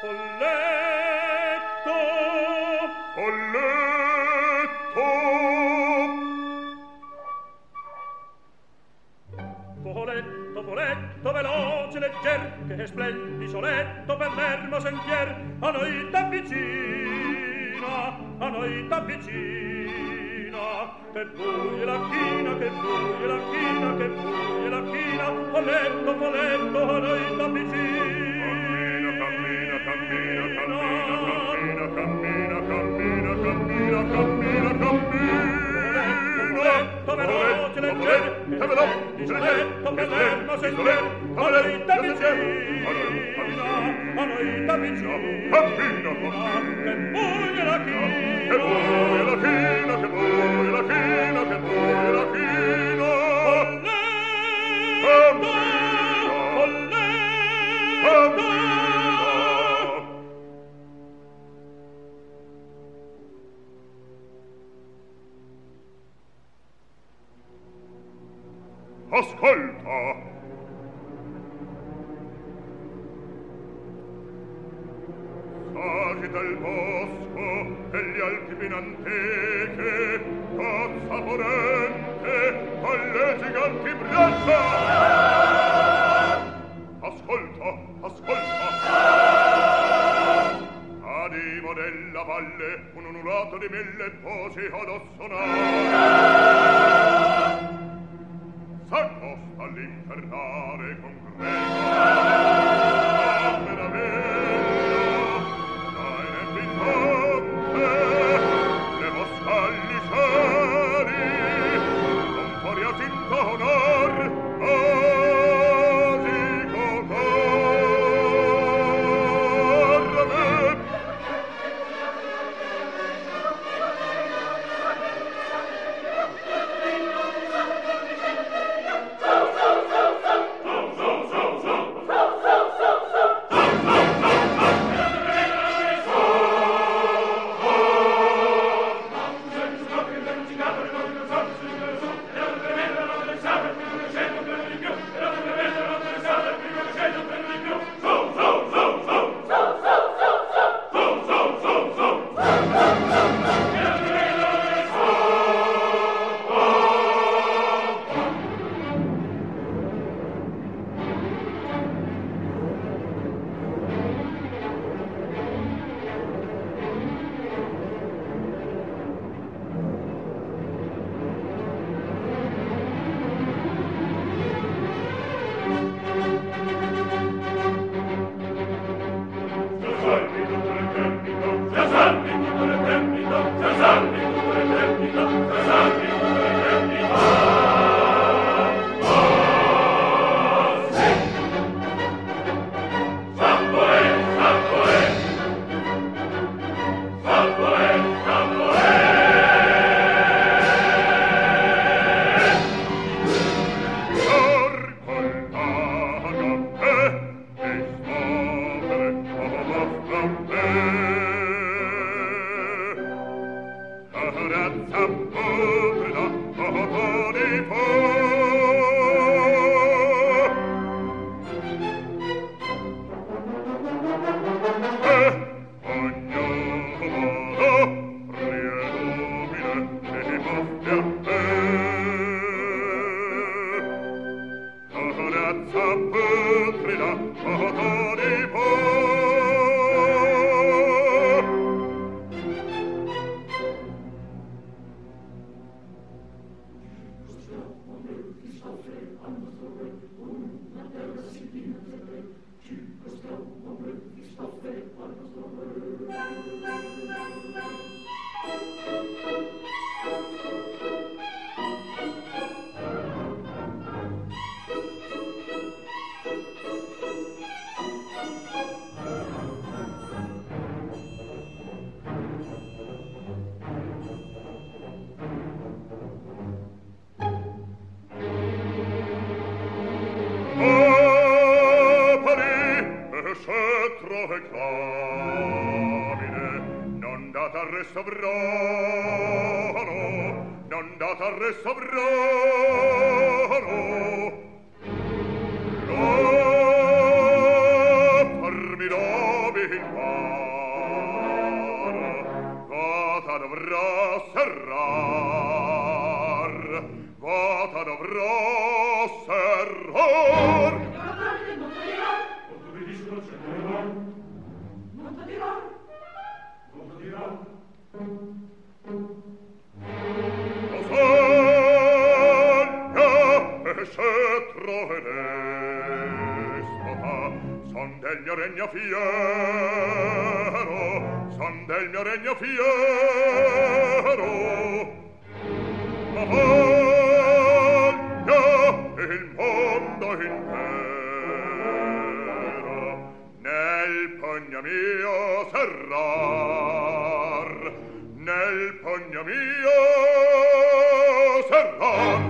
Folletto, folletto. Foletto, foletto, veloce, legger, che splendi soletto per l'ermo sentier, a noi t'avvicina, a noi t'avvicina. Che buie la china, che buie la china, che buie la china, foletto, foletto, a noi t'avvicina. Cammina, cammina, cammina, cammina, cammina, cammina, cammina, cammina. Foletto, veloce, leggero, che splendi soletto per l'ermo sentier, a noi t'avvicina, a noi t'avvicina. Cammina, che buie la china, che buie la china, che buie la china, che buie la china. Folletto, ascolta. S'agita il bosco e gli alti pinanteche, cozza ponente alle giganti braccia. Ascolta, ascolta. Adimo della valle un ululato di 1000 voci ad assonare. S'accosta all'infernale con grega meraviglia, dai nembi in monte, le moscagli cieli, con furia tinta onor, magico corre. Vota dovrò serrar, vota dovrò serrar. Scettro ed espota, son del mio regno fiero, son del mio regno fiero. Ma voglia il mondo intero nel pugno mio serrar, nel pugno mio serrar.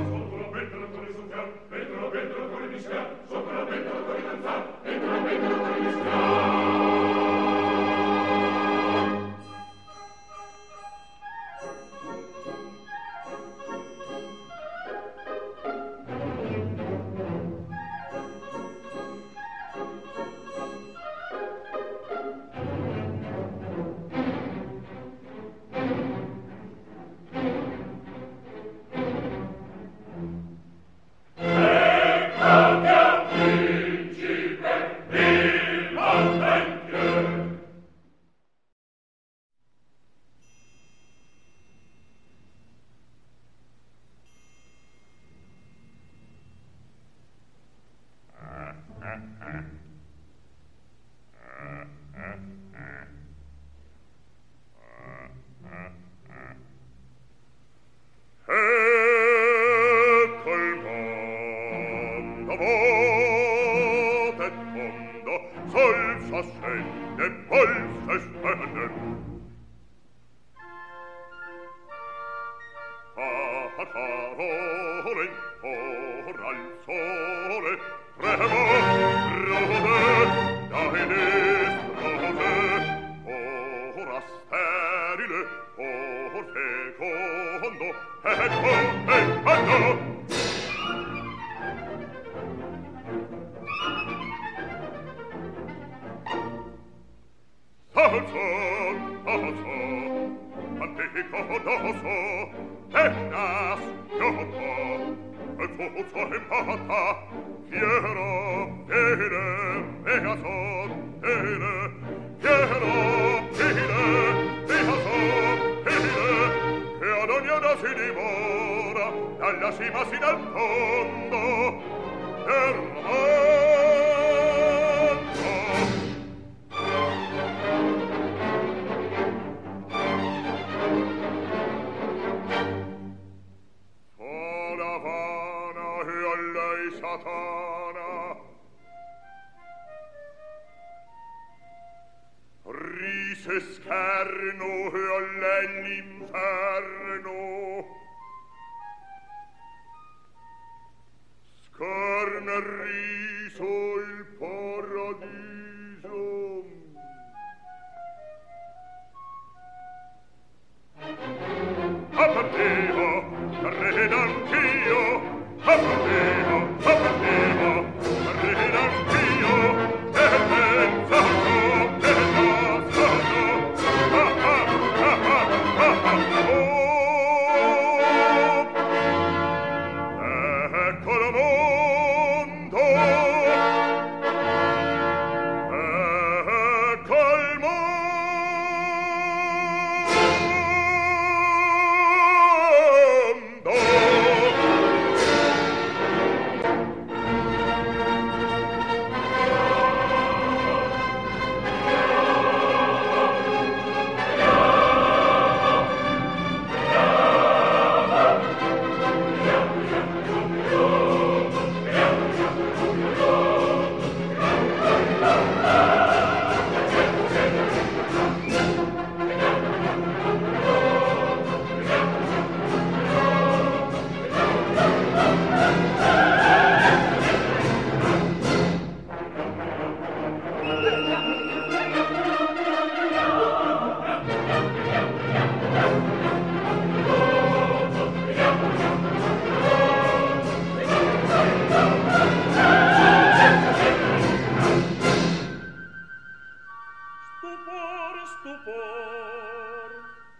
stupor.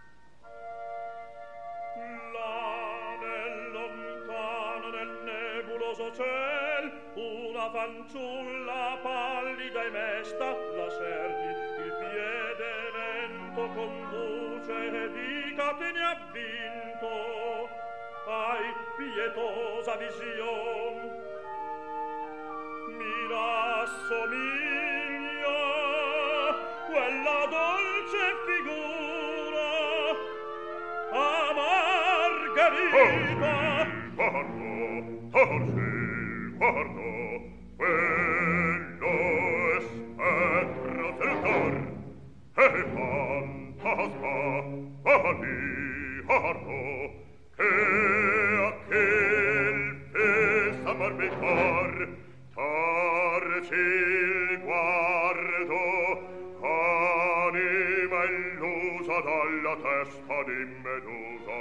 Là nel lontano, nel nebuloso ciel, una fanciulla pallida e mesta, la servi il piede lento conduce e di catene avvinto. Ai, pietosa vision, mi rassomiglia quella dolce figura a Margherita. Guardo, quello è spettro del cor, e fantasma, guardo, che a quel pensa morbi cor, tarci il guardo, anima illusa dalla testa di Medusa.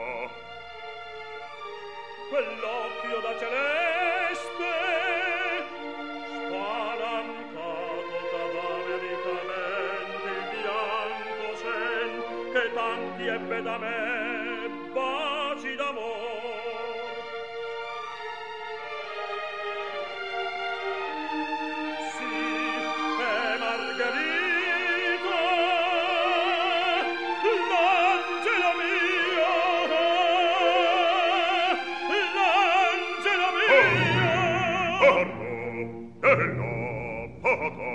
Quell'occhio da celeste, spalancato cadavericamente il bianco sen, che tanti ebbe da me baci d'amor. Sì, è Margherita, l'angelo mio, l'angelo mio. Bella pata,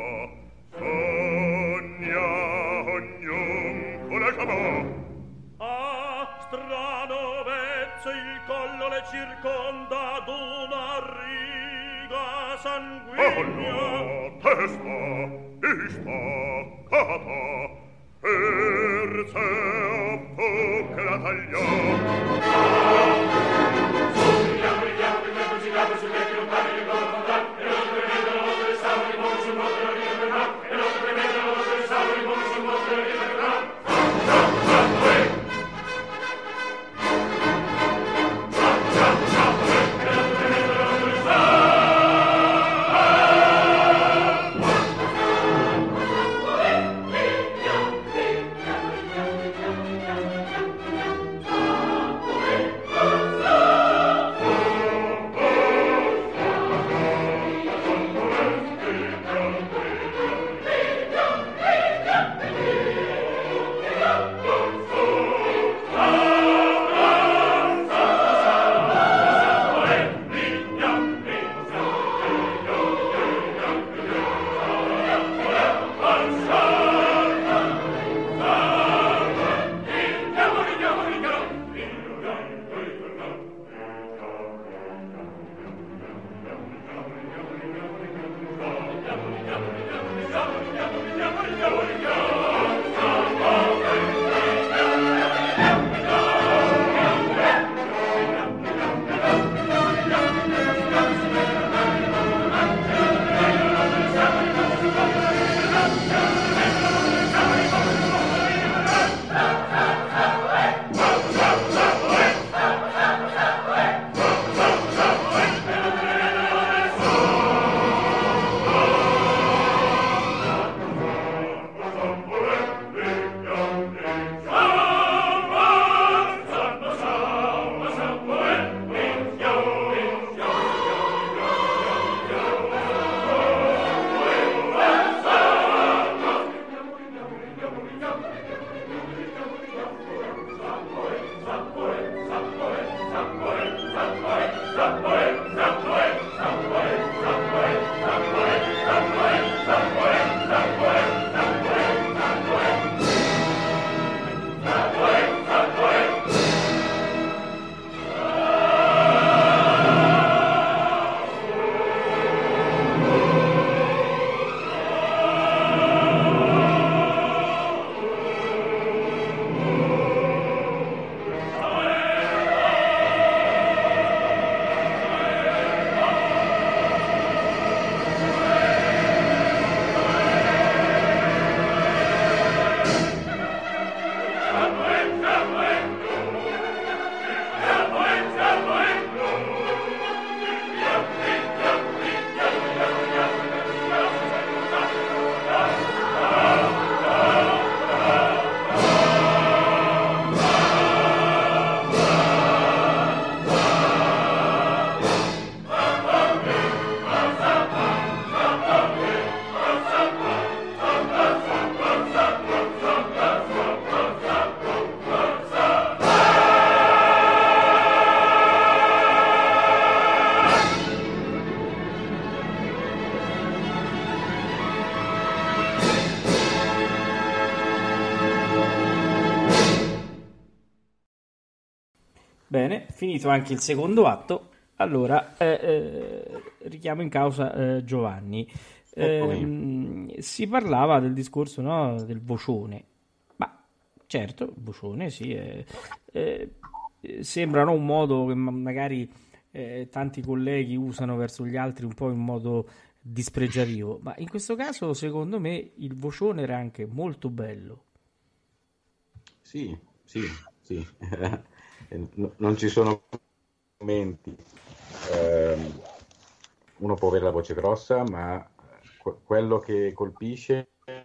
sogna ognun con la chiamò. Ah, strano vezzo, il collo le circonda d'una riga sanguigna. Testa distaccata, Perseo che la tagliò. Bene, finito anche il secondo atto, allora richiamo in causa Giovanni. Si parlava del discorso, no, del vocione, ma certo, il vocione sì, sembra un modo che magari tanti colleghi usano verso gli altri un po' in modo dispregiativo, ma in questo caso secondo me il vocione era anche molto bello. Sì. Non ci sono momenti. Uno può avere la voce grossa, ma quello che colpisce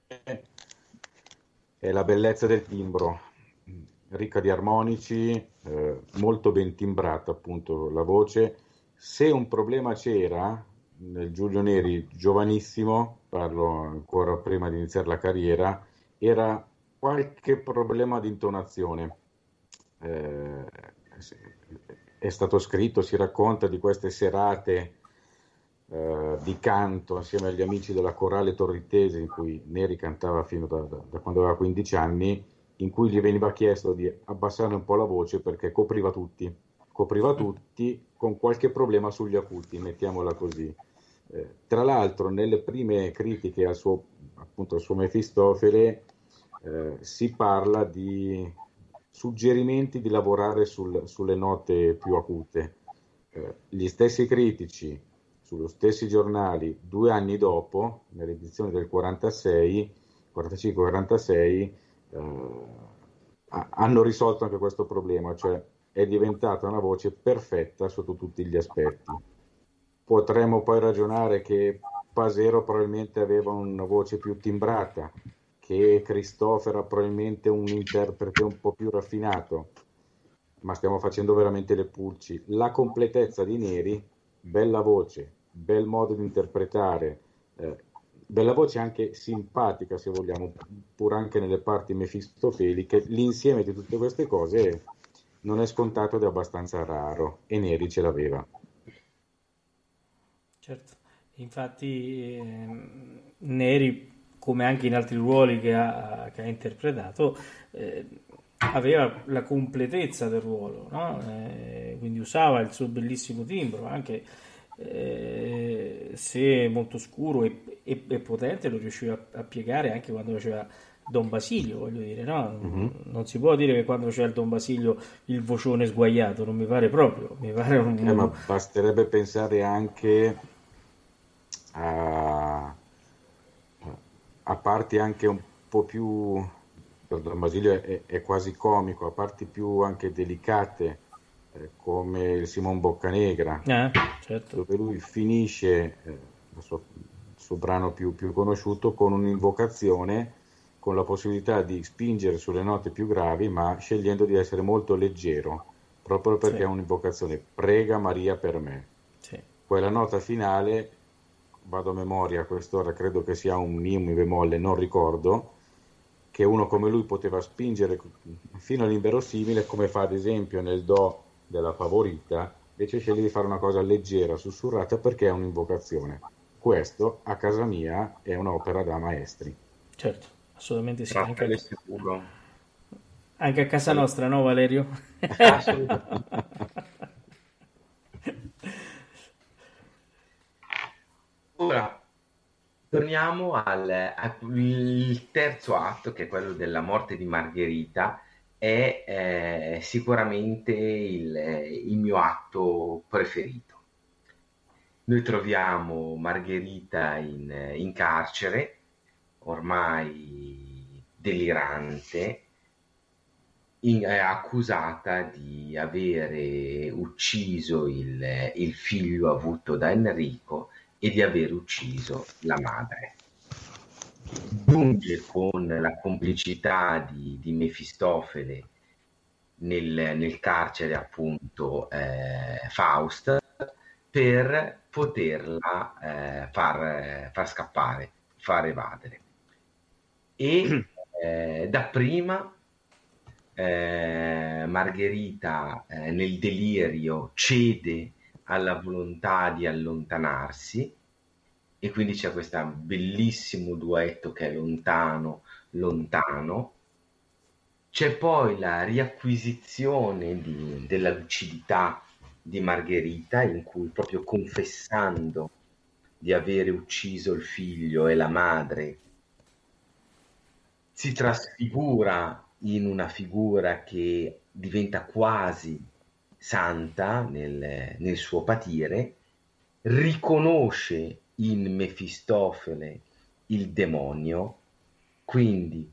è la bellezza del timbro, ricca di armonici, molto ben timbrata appunto la voce. Se un problema c'era nel Giulio Neri giovanissimo, parlo ancora prima di iniziare la carriera, era qualche problema di intonazione. È stato scritto, si racconta di queste serate di canto assieme agli amici della Corale Torritese, in cui Neri cantava fino da quando aveva 15 anni, in cui gli veniva chiesto di abbassare un po' la voce perché copriva tutti con qualche problema sugli acuti, mettiamola così. Tra l'altro nelle prime critiche al suo Mefistofele si parla di suggerimenti di lavorare sulle note più acute. Gli stessi critici sullo stessi giornali 2 anni dopo, nell'edizione del 45-46, hanno risolto anche questo problema, cioè è diventata una voce perfetta sotto tutti gli aspetti. Potremmo poi ragionare che Pasero probabilmente aveva una voce più timbrata, che Cristofera probabilmente un interprete un po' più raffinato, ma stiamo facendo veramente le pulci. La completezza di Neri, bella voce, bel modo di interpretare, bella voce anche simpatica se vogliamo, pur anche nelle parti mefistofelicche. L'insieme di tutte queste cose non è scontato ed è abbastanza raro, e Neri ce l'aveva. Certo, infatti Neri, come anche in altri ruoli che ha interpretato, aveva la completezza del ruolo, no? Quindi usava il suo bellissimo timbro, anche se molto scuro e potente, lo riusciva a piegare anche quando faceva Don Basilio, voglio dire, no? Mm-hmm. Non si può dire che quando c'è il Don Basilio il vocione sguaiato, non mi pare proprio, mi pare ma basterebbe pensare anche a parti anche un po' più, per Don Basilio è quasi comico, a parti più anche delicate, come il Simon Boccanegra, certo, dove lui finisce il suo brano più conosciuto con un'invocazione, con la possibilità di spingere sulle note più gravi, ma scegliendo di essere molto leggero, proprio perché è un'invocazione: prega Maria per me. Sì. Quella nota finale, vado a memoria a quest'ora, credo che sia un mi bemolle, non ricordo, che uno come lui poteva spingere fino all'inverosimile, come fa ad esempio nel Do della Favorita, invece sceglie di fare una cosa leggera, sussurrata, perché è un'invocazione. Questo a casa mia è un'opera da maestri. Certo, assolutamente sì. Anche a casa nostra, no Valerio? Assolutamente. Ora torniamo al terzo atto, che è quello della morte di Margherita. È sicuramente il mio atto preferito. Noi troviamo Margherita in carcere, ormai delirante, accusata di avere ucciso il figlio avuto da Enrico e di aver ucciso la madre. Giunge con la complicità di Mefistofele nel carcere, appunto, Faust, per poterla far scappare, far evadere. E dapprima Margherita nel delirio cede alla volontà di allontanarsi, e quindi c'è questo bellissimo duetto che è Lontano, lontano, C'è poi la riacquisizione della lucidità di Margherita, in cui, proprio confessando di avere ucciso il figlio e la madre, si trasfigura in una figura che diventa quasi santa nel suo patire, riconosce in Mefistofele il demonio, quindi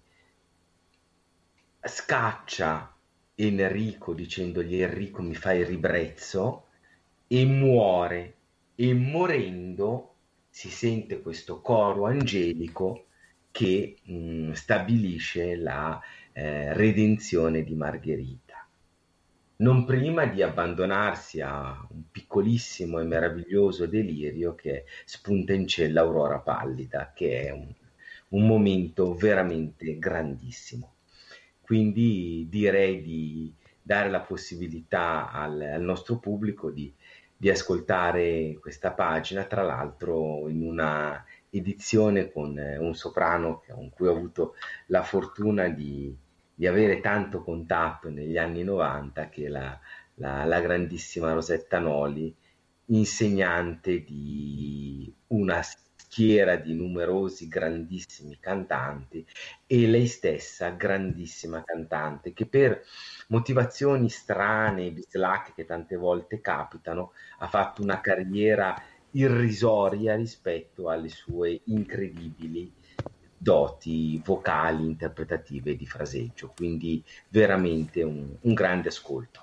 scaccia Enrico dicendogli: Enrico, mi fai ribrezzo, e muore, e morendo si sente questo coro angelico che stabilisce la redenzione di Margherita, non prima di abbandonarsi a un piccolissimo e meraviglioso delirio che spunta in cielo Aurora Pallida, che è un momento veramente grandissimo. Quindi direi di dare la possibilità al nostro pubblico di ascoltare questa pagina, tra l'altro in una edizione con un soprano con cui ho avuto la fortuna di avere tanto contatto negli anni 90, che è la grandissima Rosetta Noli, insegnante di una schiera di numerosi grandissimi cantanti, e lei stessa grandissima cantante, che per motivazioni strane, bislacche che tante volte capitano, ha fatto una carriera irrisoria rispetto alle sue incredibili doti vocali, interpretative e di fraseggio. Quindi veramente un grande ascolto.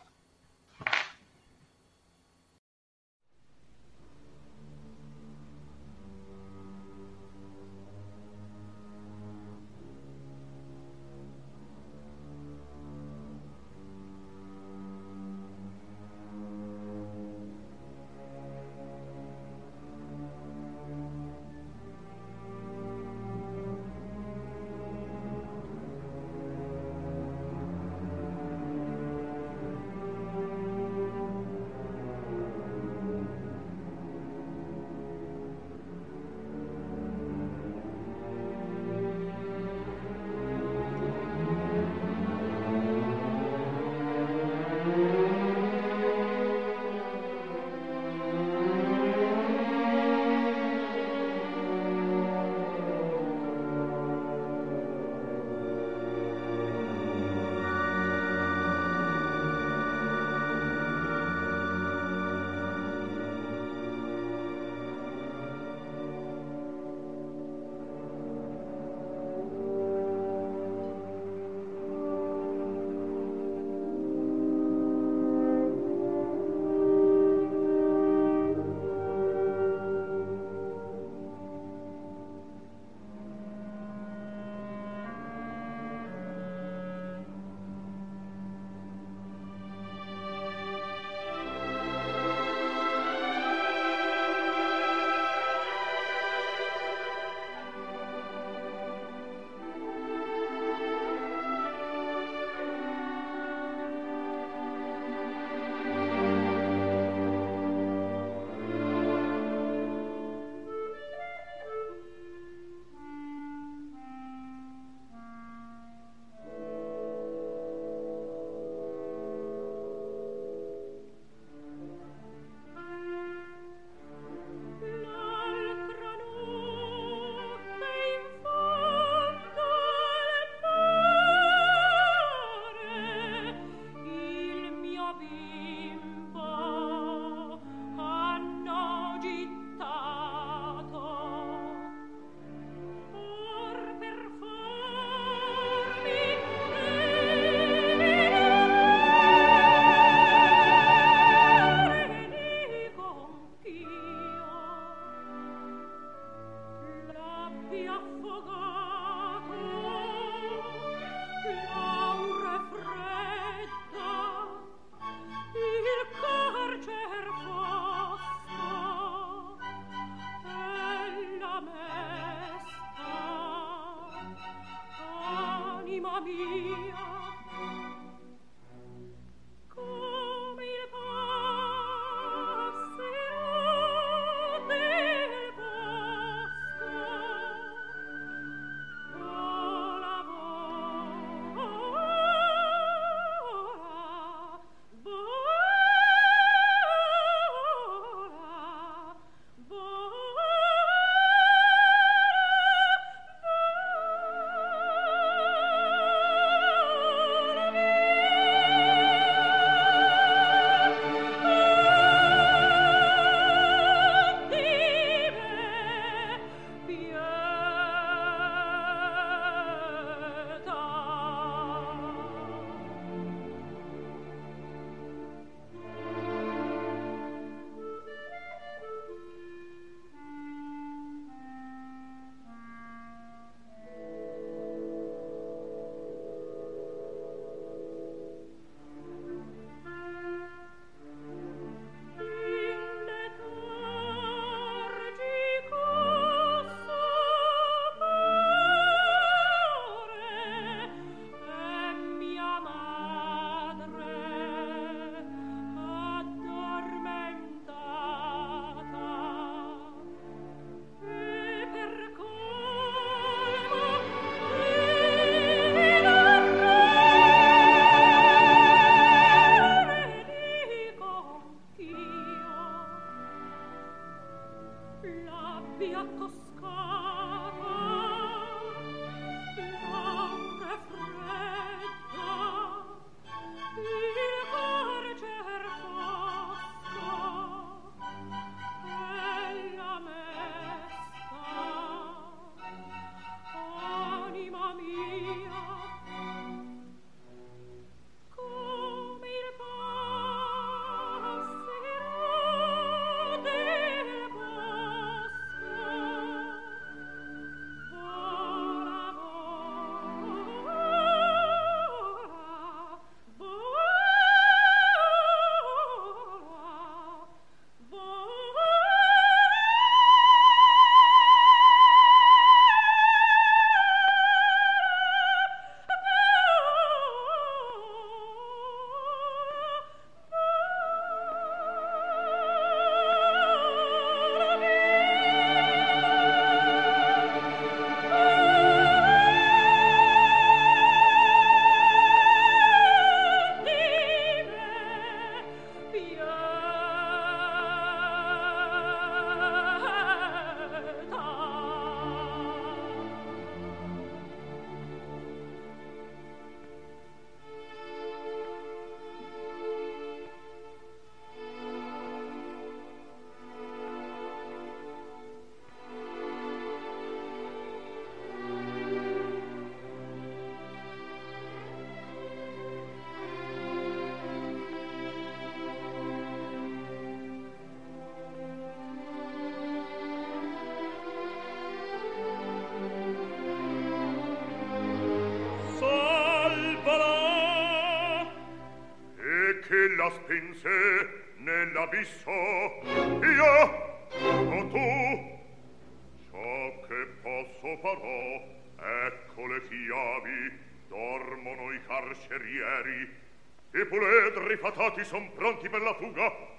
ella spinse nell'abisso, io o tu, ciò che posso farò, ecco le chiavi, dormono i carcerieri, i puledri fatati son pronti per la fuga.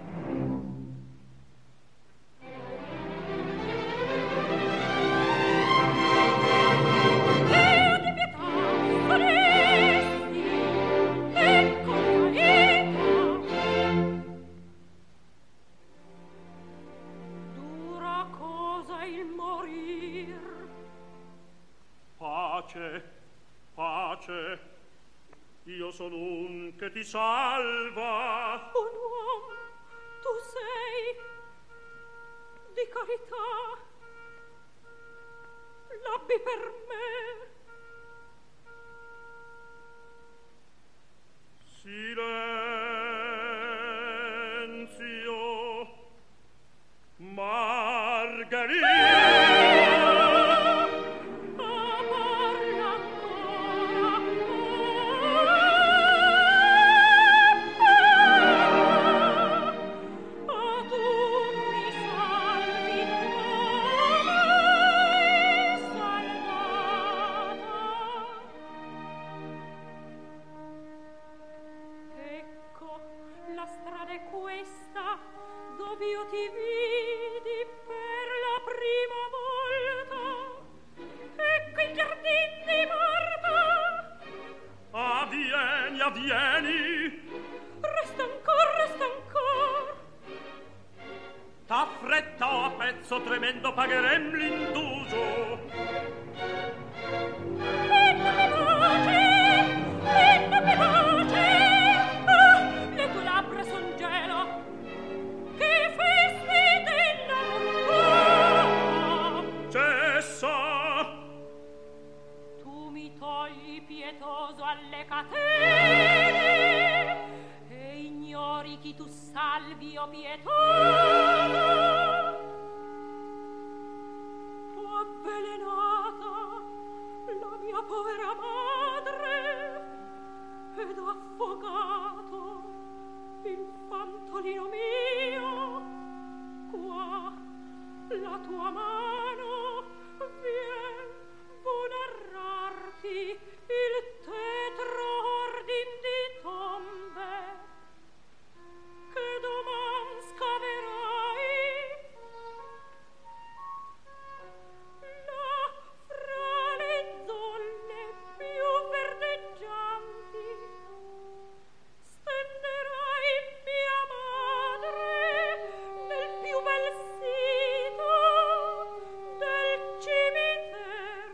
Pace, io sono un che ti salva. Un uomo, tu sei di carità, l'abbi per me. Silenzio, Margherita. Vieni, resta ancor. T'affretta o a pezzo tremendo pagherem l'induso. E non mi pace, ah, le tue labbra son gelo, che festi della morte. Cessa, tu mi togli pietoso alle catene e ignori chi tu salvi, o pietosa. Tu avvelenata la mia povera madre ed ho affogato il fantolino mio. Qua la tua mano vien vo narrarti il tetro ordin di tombe che doman scaverai. Là fra le zolle più verdeggianti stenderai mia madre nel più bel sito del cimitero.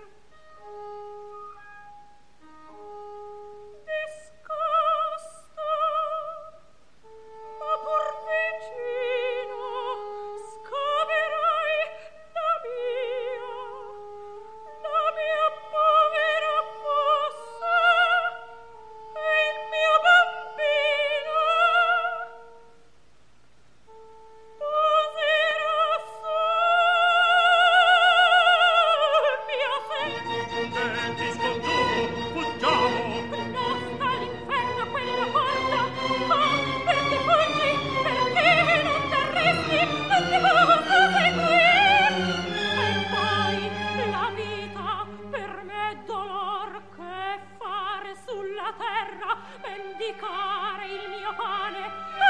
Discosto, ma pur vicino, scaverai la mia povera fossa e il mio bambino poserò sul mio seno. ti scongiuro, fuggiamo. No, sta all'inferno quella porta. Oh, perché fuggi? Perché non t'arresti? Non ti posso seguir. E poi la vita per me è dolor. Che fare sulla terra? Mendicare il mio pane.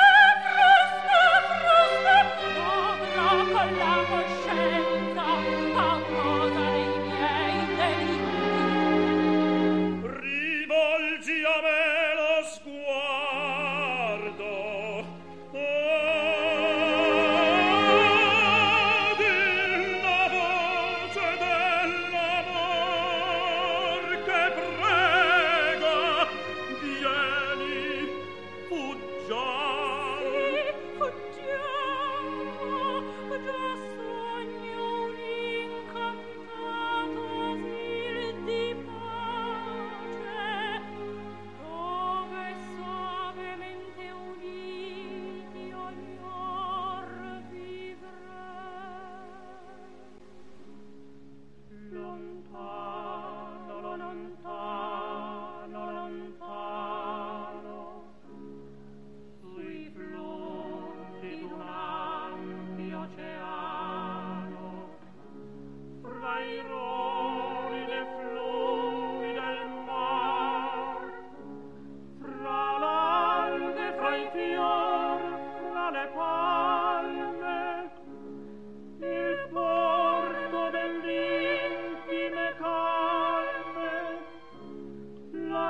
Dovrò con la coscienza a causa dei miei delitti. Rivolgi a me lo sguardo. La voce dell'amor che prega. Vieni,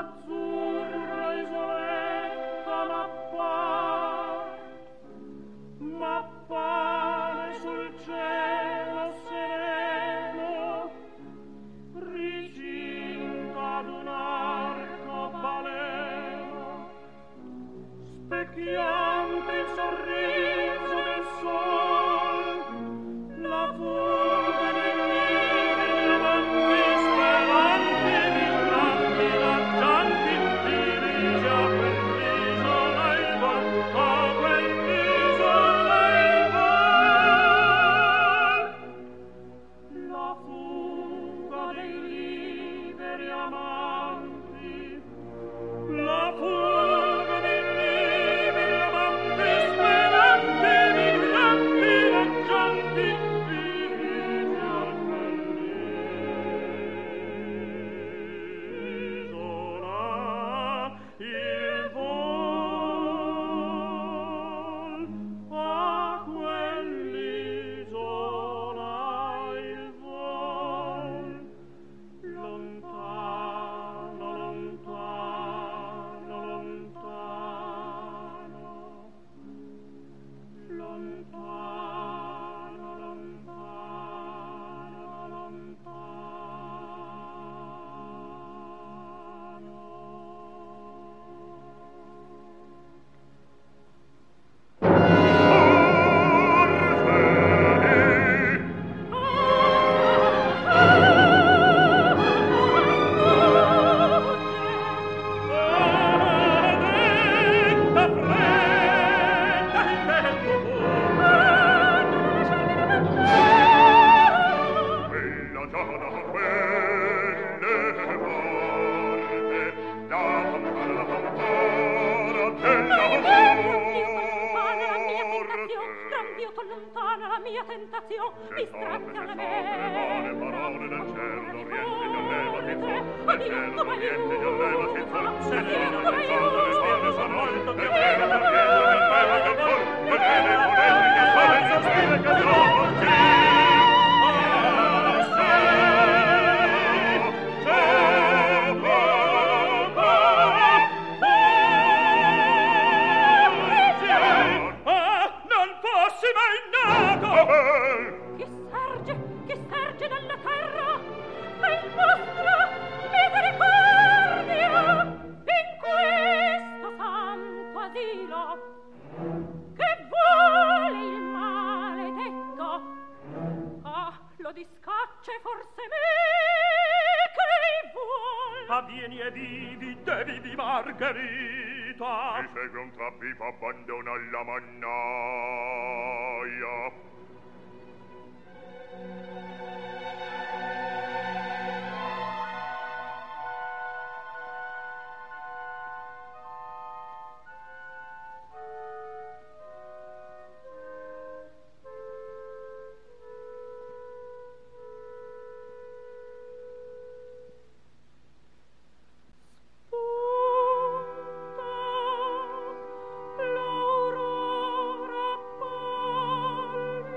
azzurra isoletta m'appare sul cielo sereno, ricinta d'un arcobaleno, specchiante il sorriso del sol, la fuga dei neri amanti speranti, vibranti, lancianti, dirige a quell'isola il vol, a quell'isola il vol. La fuga dei liberi amanti, la fuga dei liberi amanti speranti, migranti, lancianti, dirige a quell'isola il vol, a quell'isola il vol, lontano, lontano, lontano, lontano, lontano, lontana la mia tentazione, distratti alla me. Parole del cielo, l'oriente di allevati, del cielo, l'oriente di allevati, sereno del sole, le spalle sono molto più belle, del cielo, del mare, del sol, le neve, volenti, che sole, che spine, che sono, che serge dalla terra, ma il vostro misericordia in questo santo asilo, che vuole il maledetto. Ah, lo discacce forse me, che vuol. Avvieni e vivi, te vivi Margherita. Mi segue un trappipo, abbandona la mannaia. L'aurora appare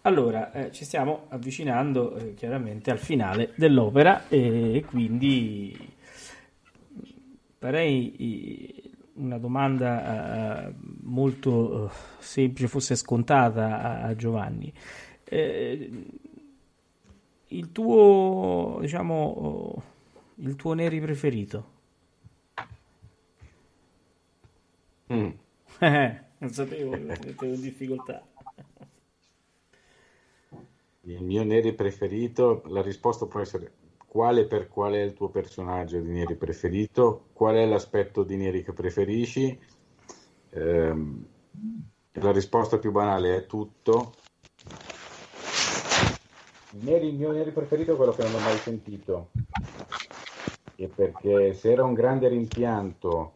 Allora, ci stiamo avvicinando chiaramente al finale dell'opera e quindi farei una domanda molto semplice, forse scontata a Giovanni. Il tuo, diciamo, il tuo Neri preferito? Non sapevo, mi mettevo in difficoltà. Il mio Neri preferito, la risposta può essere qual è il tuo personaggio di Neri preferito, qual è l'aspetto di Neri che preferisci. La risposta più banale è tutto. Il mio Neri preferito è quello che non ho mai sentito, e perché se era un grande rimpianto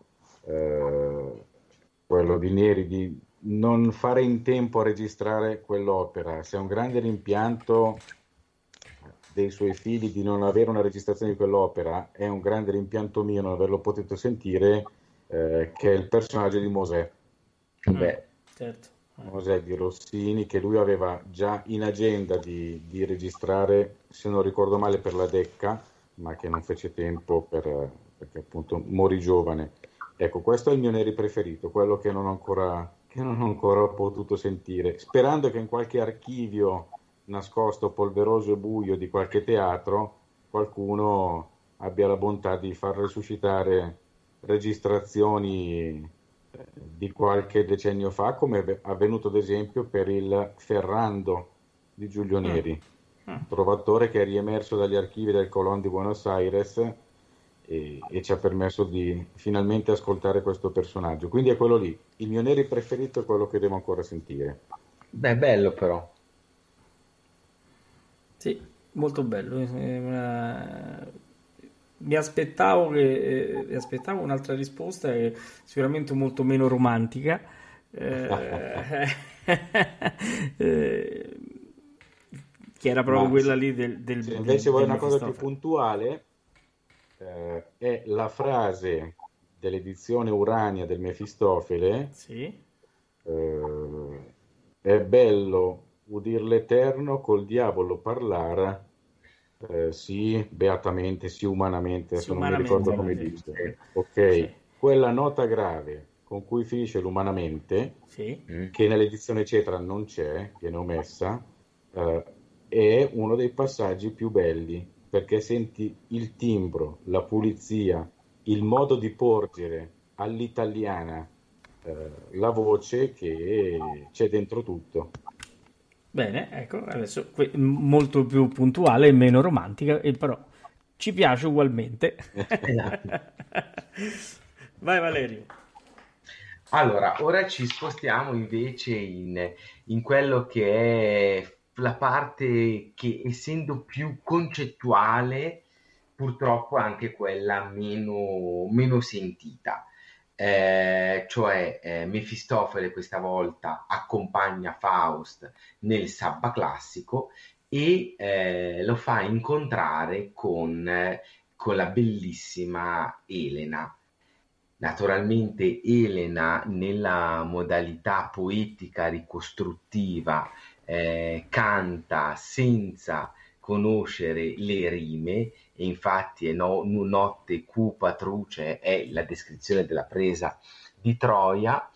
quello di Neri di non fare in tempo a registrare quell'opera, se è un grande rimpianto dei suoi figli di non avere una registrazione di quell'opera, è un grande rimpianto mio non averlo potuto sentire, che è il personaggio di Mosè. Certo. Mosè di Rossini, che lui aveva già in agenda di registrare, se non ricordo male, per la Decca, ma che non fece tempo perché appunto morì giovane. Ecco, questo è il mio Neri preferito, quello che non ho ancora potuto sentire, sperando che in qualche archivio nascosto, polveroso e buio di qualche teatro qualcuno abbia la bontà di far resuscitare registrazioni di qualche decennio fa, come è avvenuto ad esempio per il Ferrando di Giulio Neri, trovatore che è riemerso dagli archivi del Colón di Buenos Aires e ci ha permesso di finalmente ascoltare questo personaggio. Quindi è quello lì. Il mio Neri preferito è quello che devo ancora sentire. Beh, bello però. Sì, molto bello. Mi aspettavo un'altra risposta, sicuramente molto meno romantica. Che era proprio quella lì del invece vuoi una cosa più puntuale, è la frase dell'edizione Urania del Mefistofele. Sì. È bello udir l'Eterno col diavolo parlare, sì, beatamente, sì, umanamente, adesso non mi ricordo come dice. Ok, sì. Quella nota grave con cui finisce l'umanamente, sì, che nell'edizione Cetra non c'è, viene omessa, è uno dei passaggi più belli, perché senti il timbro, la pulizia, il modo di porgere all'italiana la voce, che c'è dentro tutto. Bene, ecco, adesso molto più puntuale e meno romantica, però ci piace ugualmente. Vai Valerio. Allora, ora ci spostiamo invece in quello che è la parte che, essendo più concettuale, purtroppo è anche quella meno sentita. Cioè Mefistofele questa volta accompagna Faust nel sabba classico e lo fa incontrare con la bellissima Elena. Naturalmente Elena, nella modalità poetica ricostruttiva, canta senza conoscere le rime, e infatti notte cupa truce è la descrizione della presa di Troia,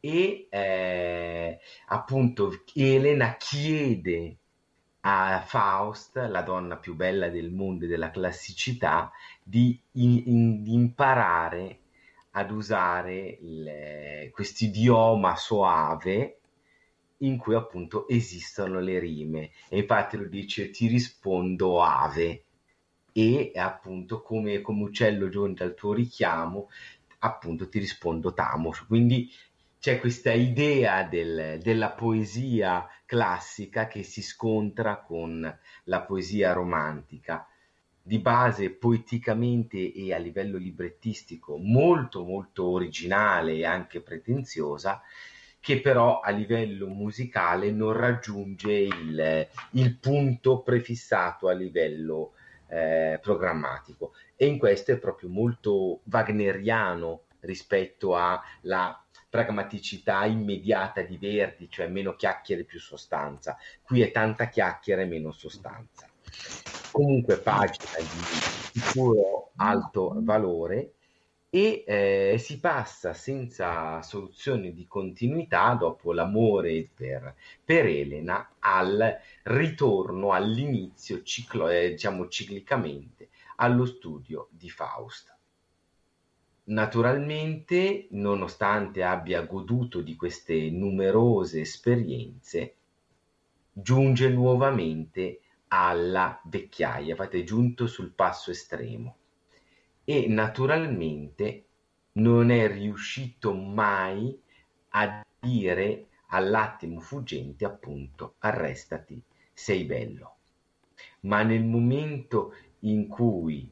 e appunto Elena chiede a Faust, la donna più bella del mondo e della classicità, di imparare ad usare questo idioma soave in cui appunto esistono le rime, e infatti lo dice: ti rispondo ave, e appunto come uccello giunto al tuo richiamo, appunto ti rispondo Tamos. Quindi c'è questa idea della poesia classica che si scontra con la poesia romantica, di base poeticamente e a livello librettistico molto molto originale e anche pretenziosa, che però a livello musicale non raggiunge il punto prefissato a livello programmatico, e in questo è proprio molto wagneriano rispetto alla pragmaticità immediata di Verdi, cioè meno chiacchiere più sostanza. Qui è tanta chiacchiera e meno sostanza. Comunque pagina di sicuro alto valore, e si passa senza soluzione di continuità, dopo l'amore per Elena, al ritorno all'inizio, diciamo ciclicamente, allo studio di Faust. Naturalmente, nonostante abbia goduto di queste numerose esperienze, giunge nuovamente alla vecchiaia, infatti è giunto sul passo estremo, e naturalmente non è riuscito mai a dire all'attimo fuggente, appunto, arrestati, sei bello. Ma nel momento in cui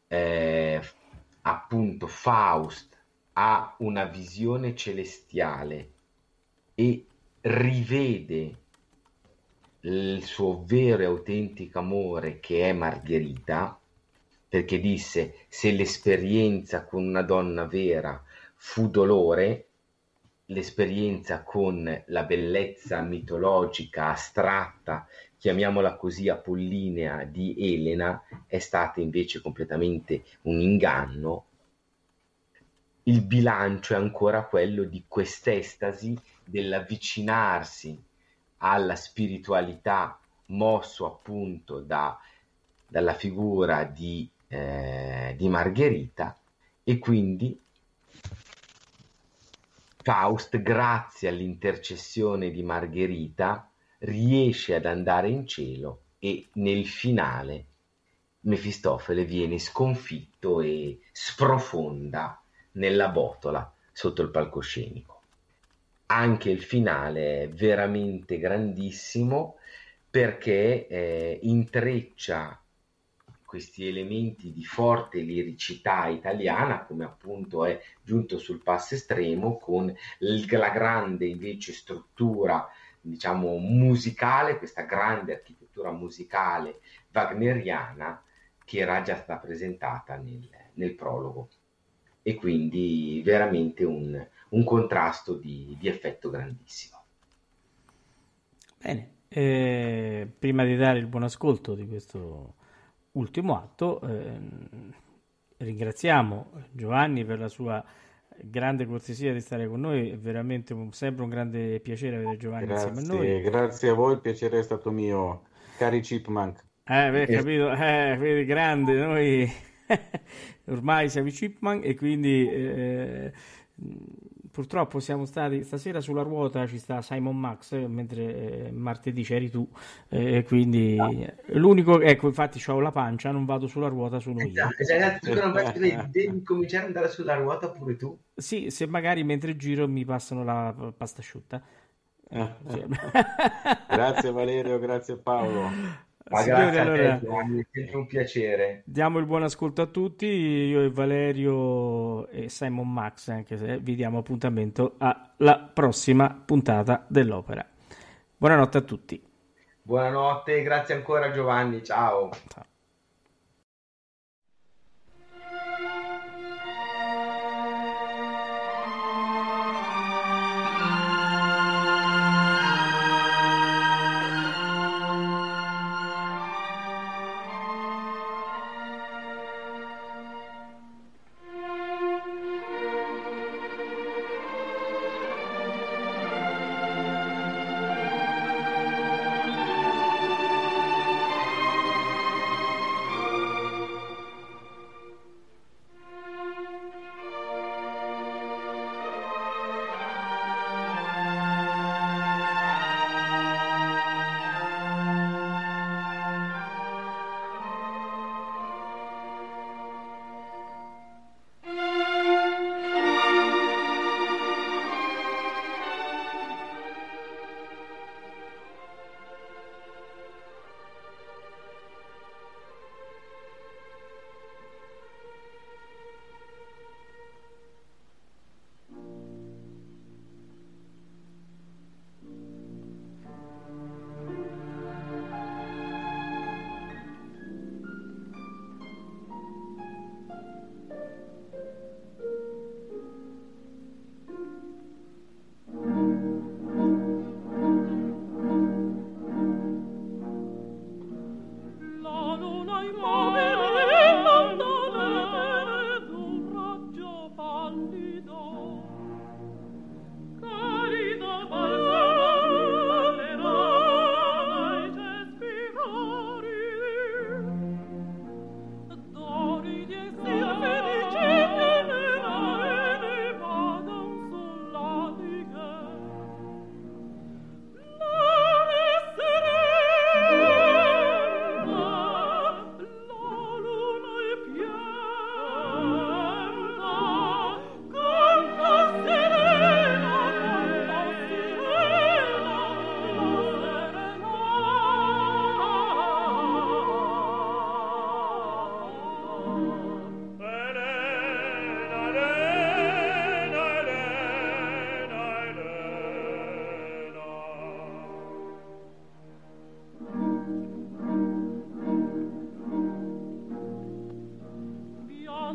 appunto Faust ha una visione celestiale e rivede il suo vero e autentico amore, che è Margherita, perché disse: se l'esperienza con una donna vera fu dolore, l'esperienza con la bellezza mitologica, astratta, chiamiamola così, apollinea, di Elena è stata invece completamente un inganno. Il bilancio è ancora quello di quest'estasi dell'avvicinarsi alla spiritualità, mosso appunto dalla figura di Margherita, e quindi Faust, grazie all'intercessione di Margherita, riesce ad andare in cielo, e nel finale Mefistofele viene sconfitto e sprofonda nella botola sotto il palcoscenico. Anche il finale è veramente grandissimo, perché intreccia questi elementi di forte liricità italiana, come appunto è giunto sul passo estremo, con la grande invece struttura, diciamo, musicale, questa grande architettura musicale wagneriana che era già stata presentata nel prologo, e quindi veramente un contrasto di effetto grandissimo. Bene, prima di dare il buon ascolto di questo ultimo atto, ringraziamo Giovanni per la sua grande cortesia di stare con noi. È veramente sempre un grande piacere avere Giovanni insieme a noi. Grazie a voi, il piacere è stato mio, cari Chipmunk. Capito, vedi, grande, noi ormai siamo i Chipmunk, e quindi purtroppo siamo stati stasera sulla ruota, ci sta Simon Max, mentre martedì c'eri tu, quindi l'unico, ecco, infatti c'ho la pancia, non vado sulla ruota, sono io. Devi cominciare ad andare sulla ruota pure tu? Sì, se magari mentre giro mi passano la pasta asciutta. Grazie Valerio, grazie Paolo. Grazie allora, a te, Giovanni, è sempre un piacere. Diamo il buon ascolto a tutti, io e Valerio e Simon Max, anche se vi diamo appuntamento alla prossima puntata dell'Opera. Buonanotte a tutti. Buonanotte, grazie ancora Giovanni, ciao. Ciao.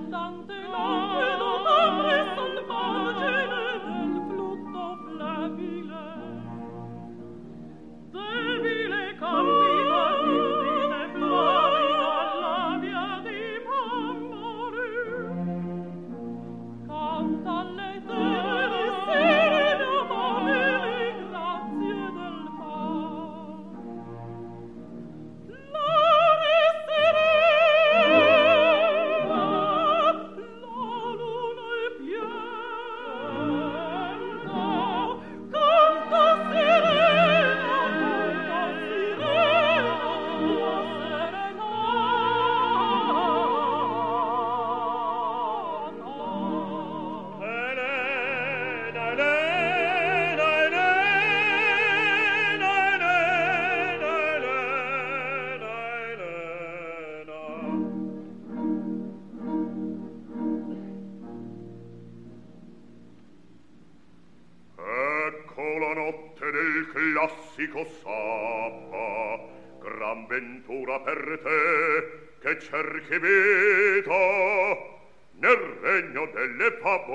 classico sappa, gran ventura per te che cerchi vita nel regno delle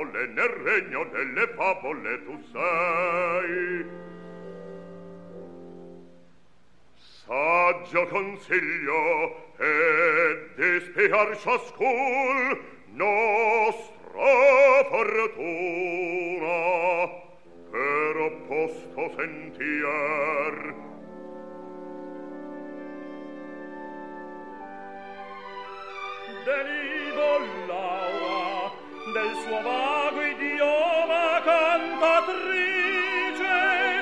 favole tu sei. Saggio consiglio e di spiar ciascun nostra fortuna per opposto sentier. Delibo Laura del suo vago idioma cantatrice,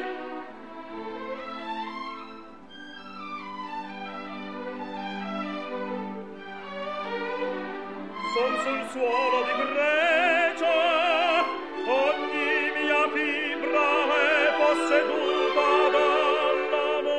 son sul suolo di Grecia, ogni mia fibra è posseduta dall'amor.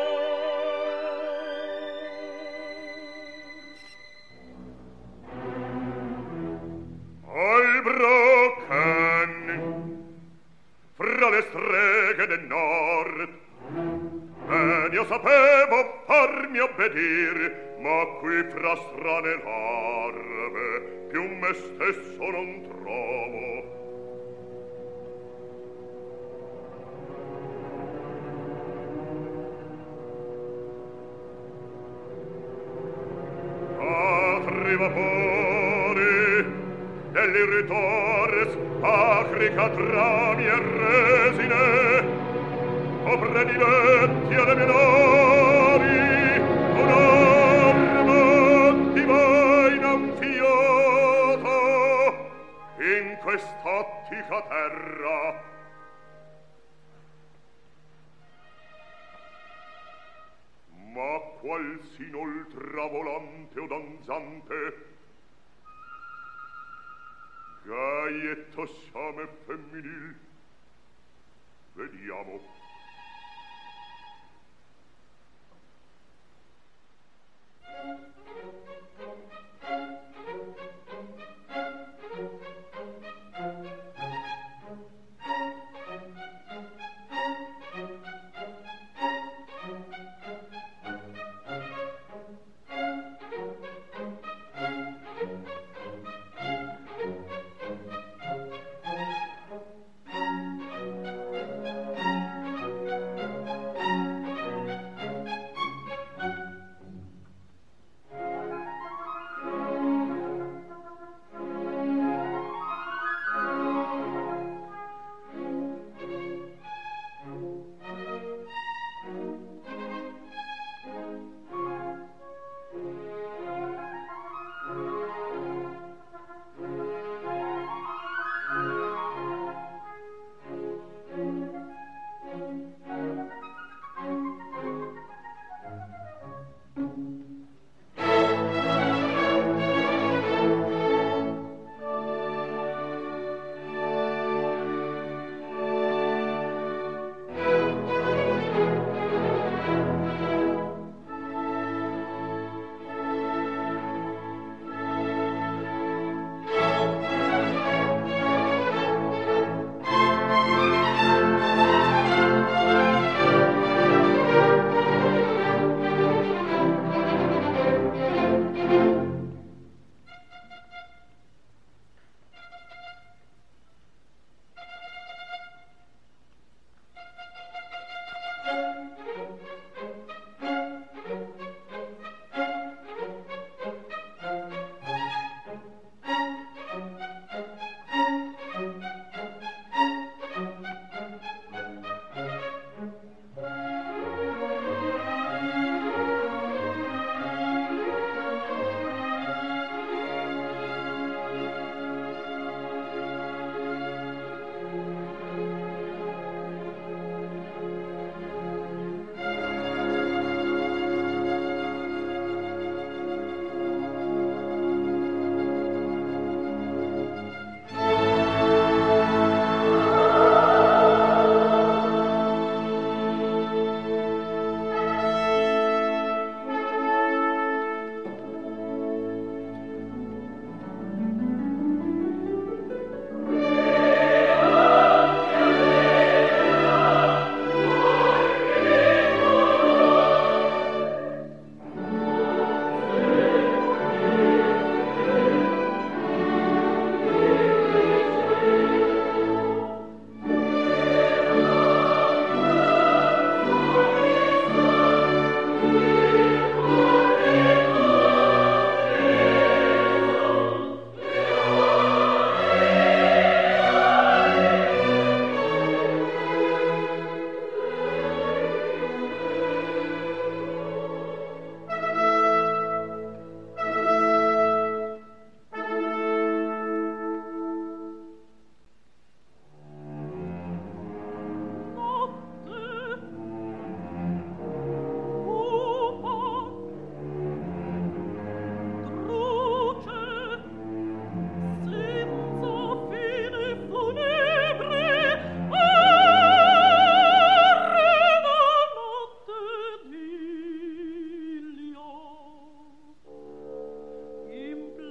Al Brocken, fra le streghe del nord, ben io sapevo farmi obbedir, ma qui fra strane larve più me stesso non trovo. Altri vapori dell'irritores, acrica trami e resine, o prediletti alle menori, un'arma divina infiata in quest'attica terra. Ma qual s'inoltra volante o danzante, gaietto sciame femminil, vediamo.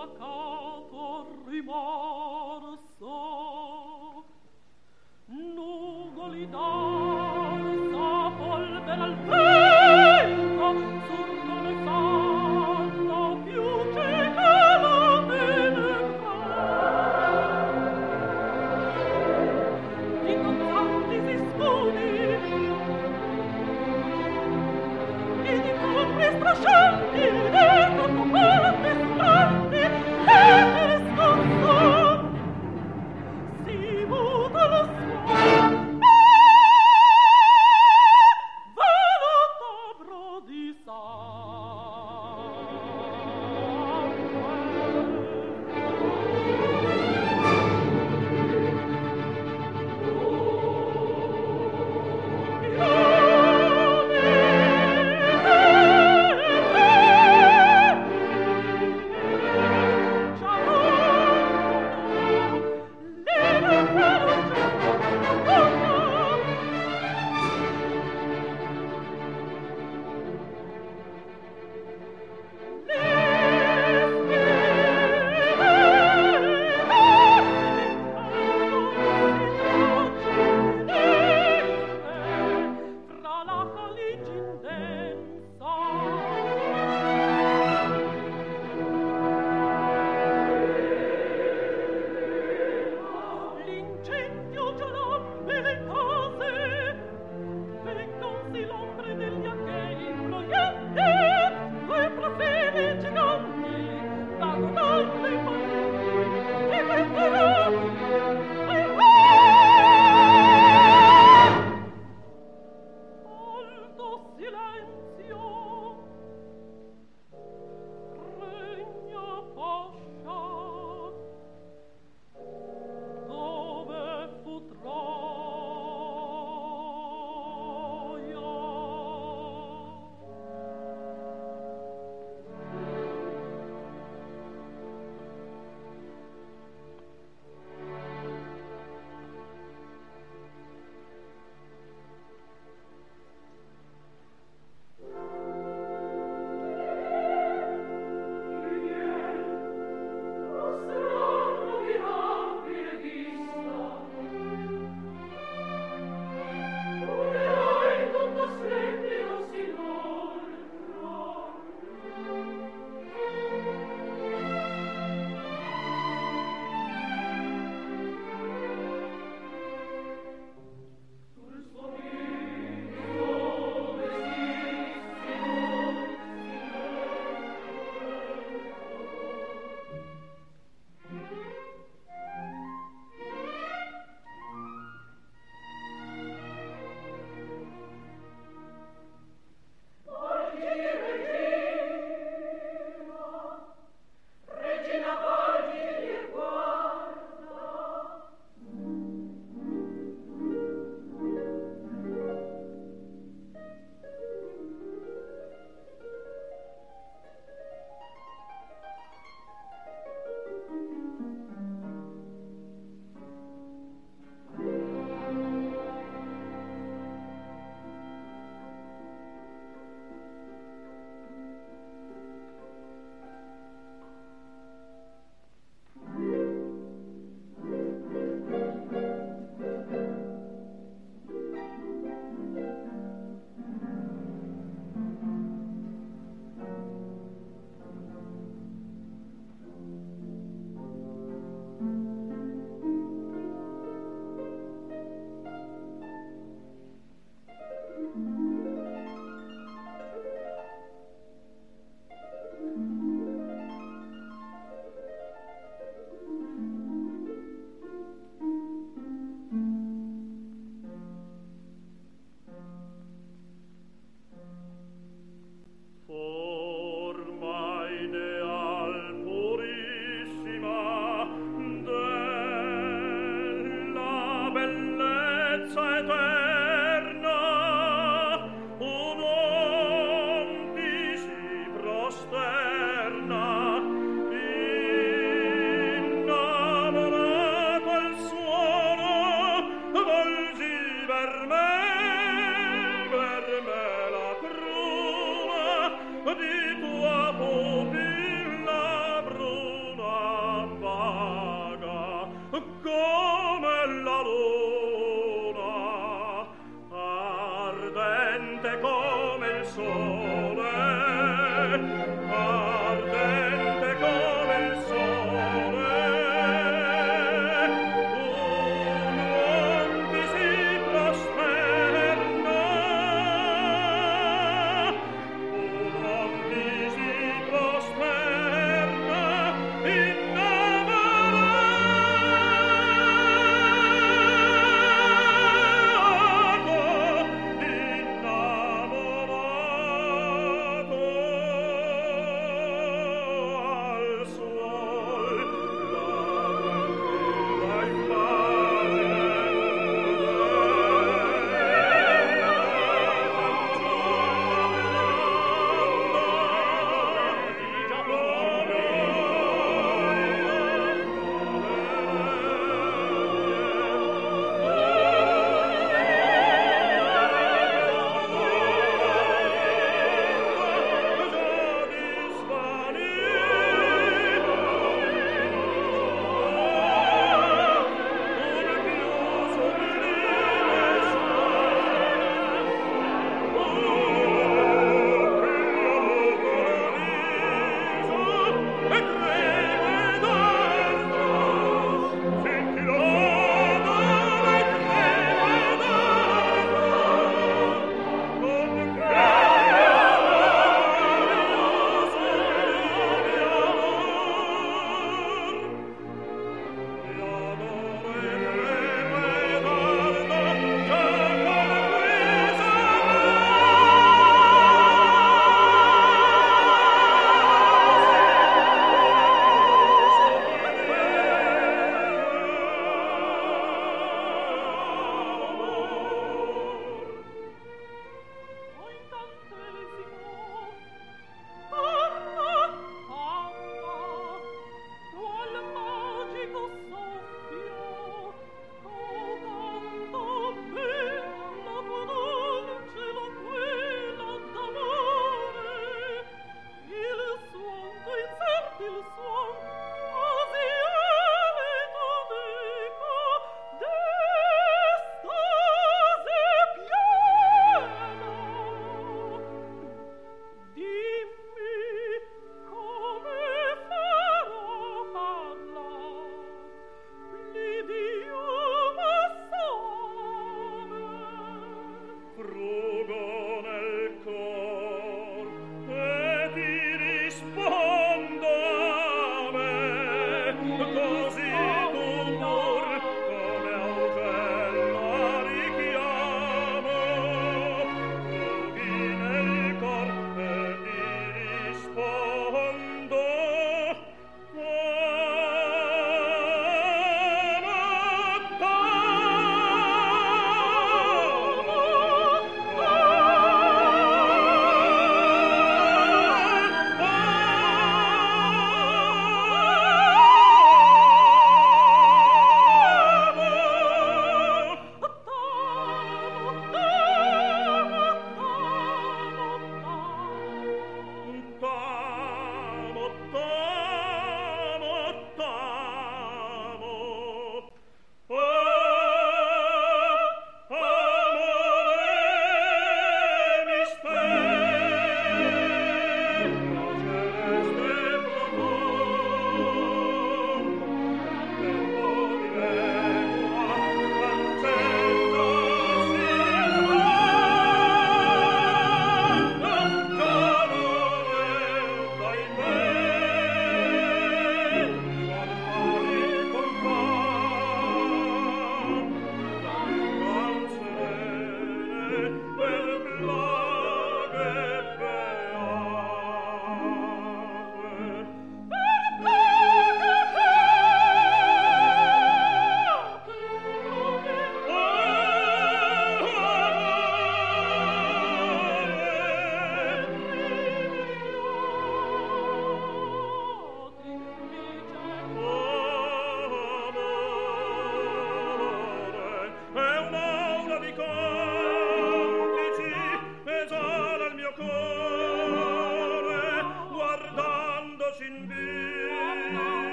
placato rimorso, nugoli d'arsa, polvere al vento, surrono e fanno più cieca la tenebra. Di contanti si scudi e di colpi strascianti, e con combatte stranti, e per scosso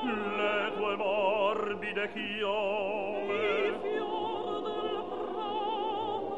le tue morbide chiome, il fior del prato.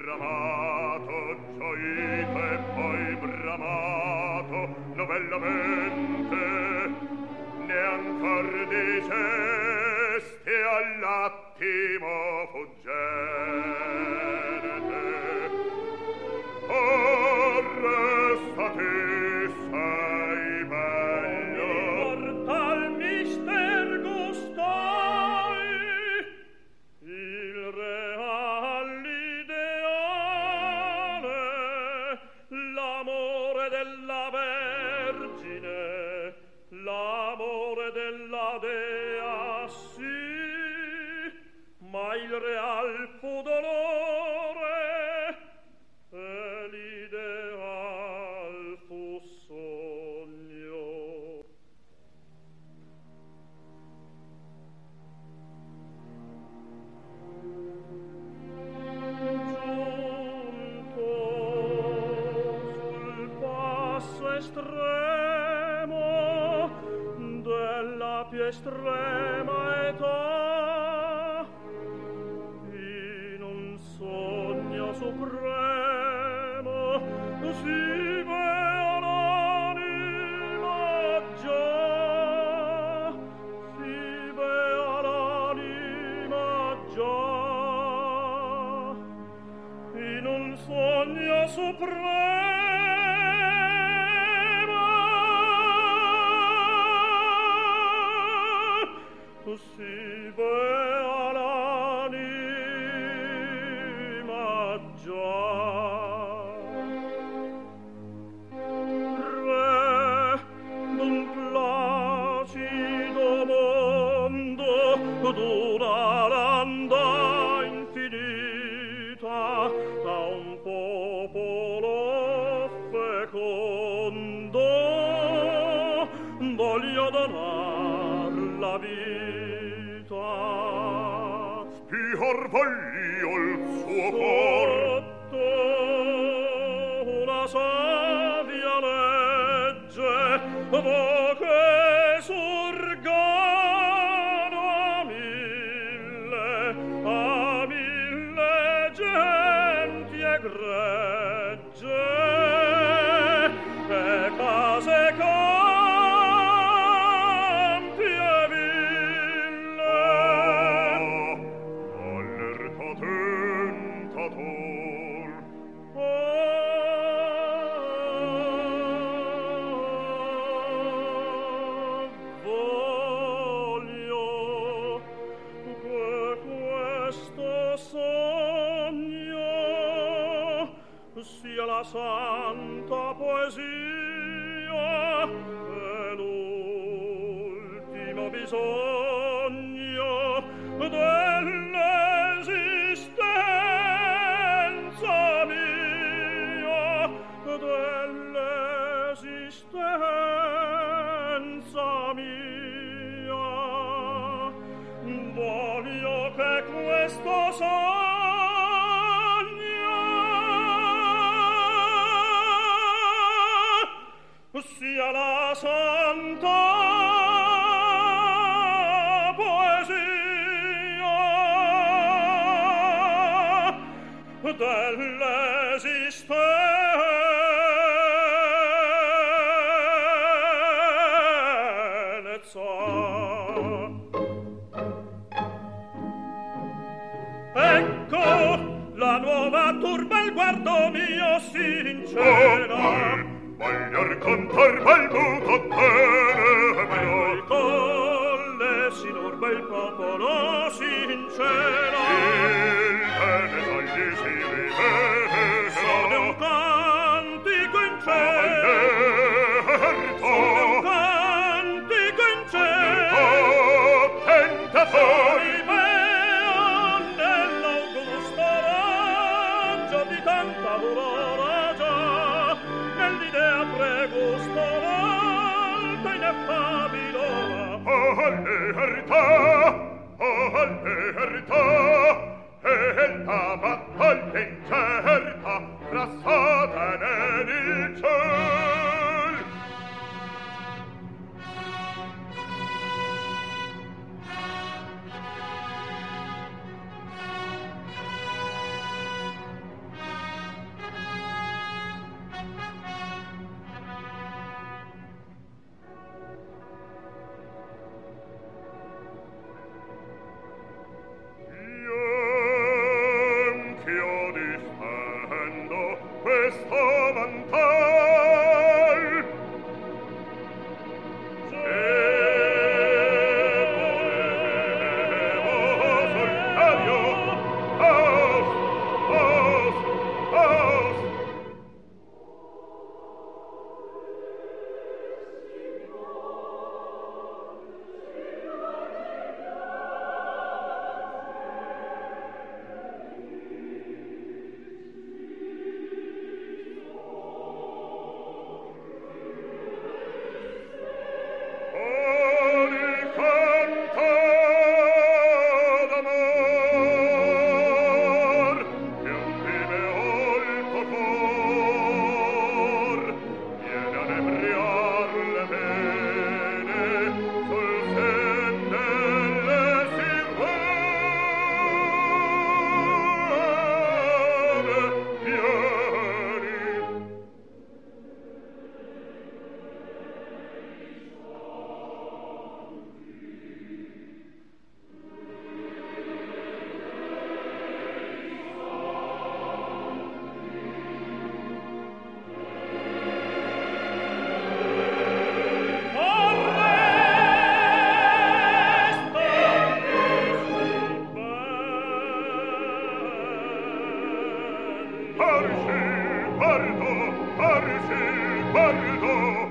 Bella me l'amore della Vergine, l'amore della Dea, sì, ma il real fu dolore e l'ideal fu sogno. Giunto sul passo estremo della più estrema età, in un sogno supremo si vea l'anima già, si vea l'anima già, in un sogno supremo si vea l'anima già. Re d'un placido mondo, d'una landa infinita, da un popolo fecondo, voglio donar la vita. Spiar voglio il suo cor sotto una savia legge, che surgano a mille genti egregge e case campi e ville. Allerta tentator, voglio che questo sogno sia la santa poesia e l'ultimo bisogno dell'esistenza mia, dell'esistenza mia. Voglio che questo sogno sia la santa poesia dell'esistenza. Ecco la nuova turba, il guardo mio sincera. Voglior cantar bel muto bene mio, il colle si norba il popolo sincera. Il bene togli si rivede, sono un cantico in cielo, sono un cantico in cielo, tentatori bean nell'augusto raggio di tanta aurora già, nell'idea pregusto l'alta ineffabile. Allerta, e la battaglia incerta tra Satana ed il ciel. Empio di il guardo.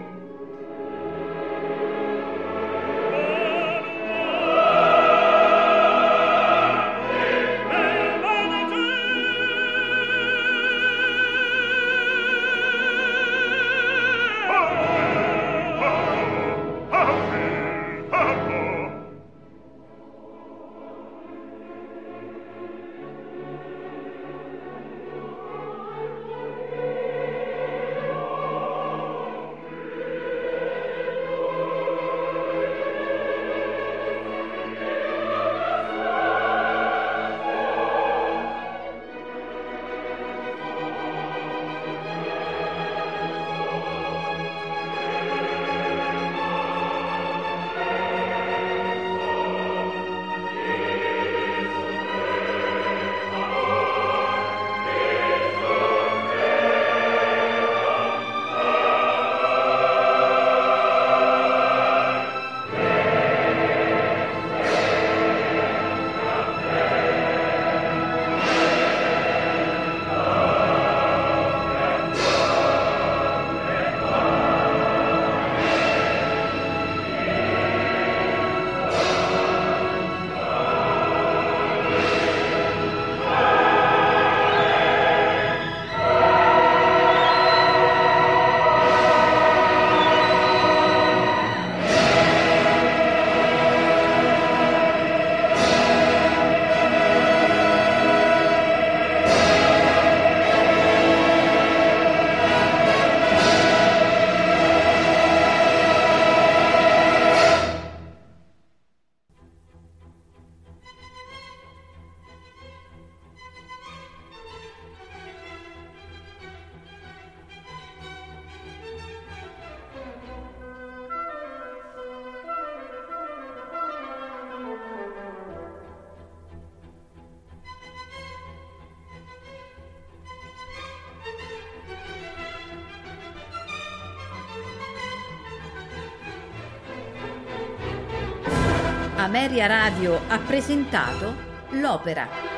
Ameria Radio ha presentato l'opera.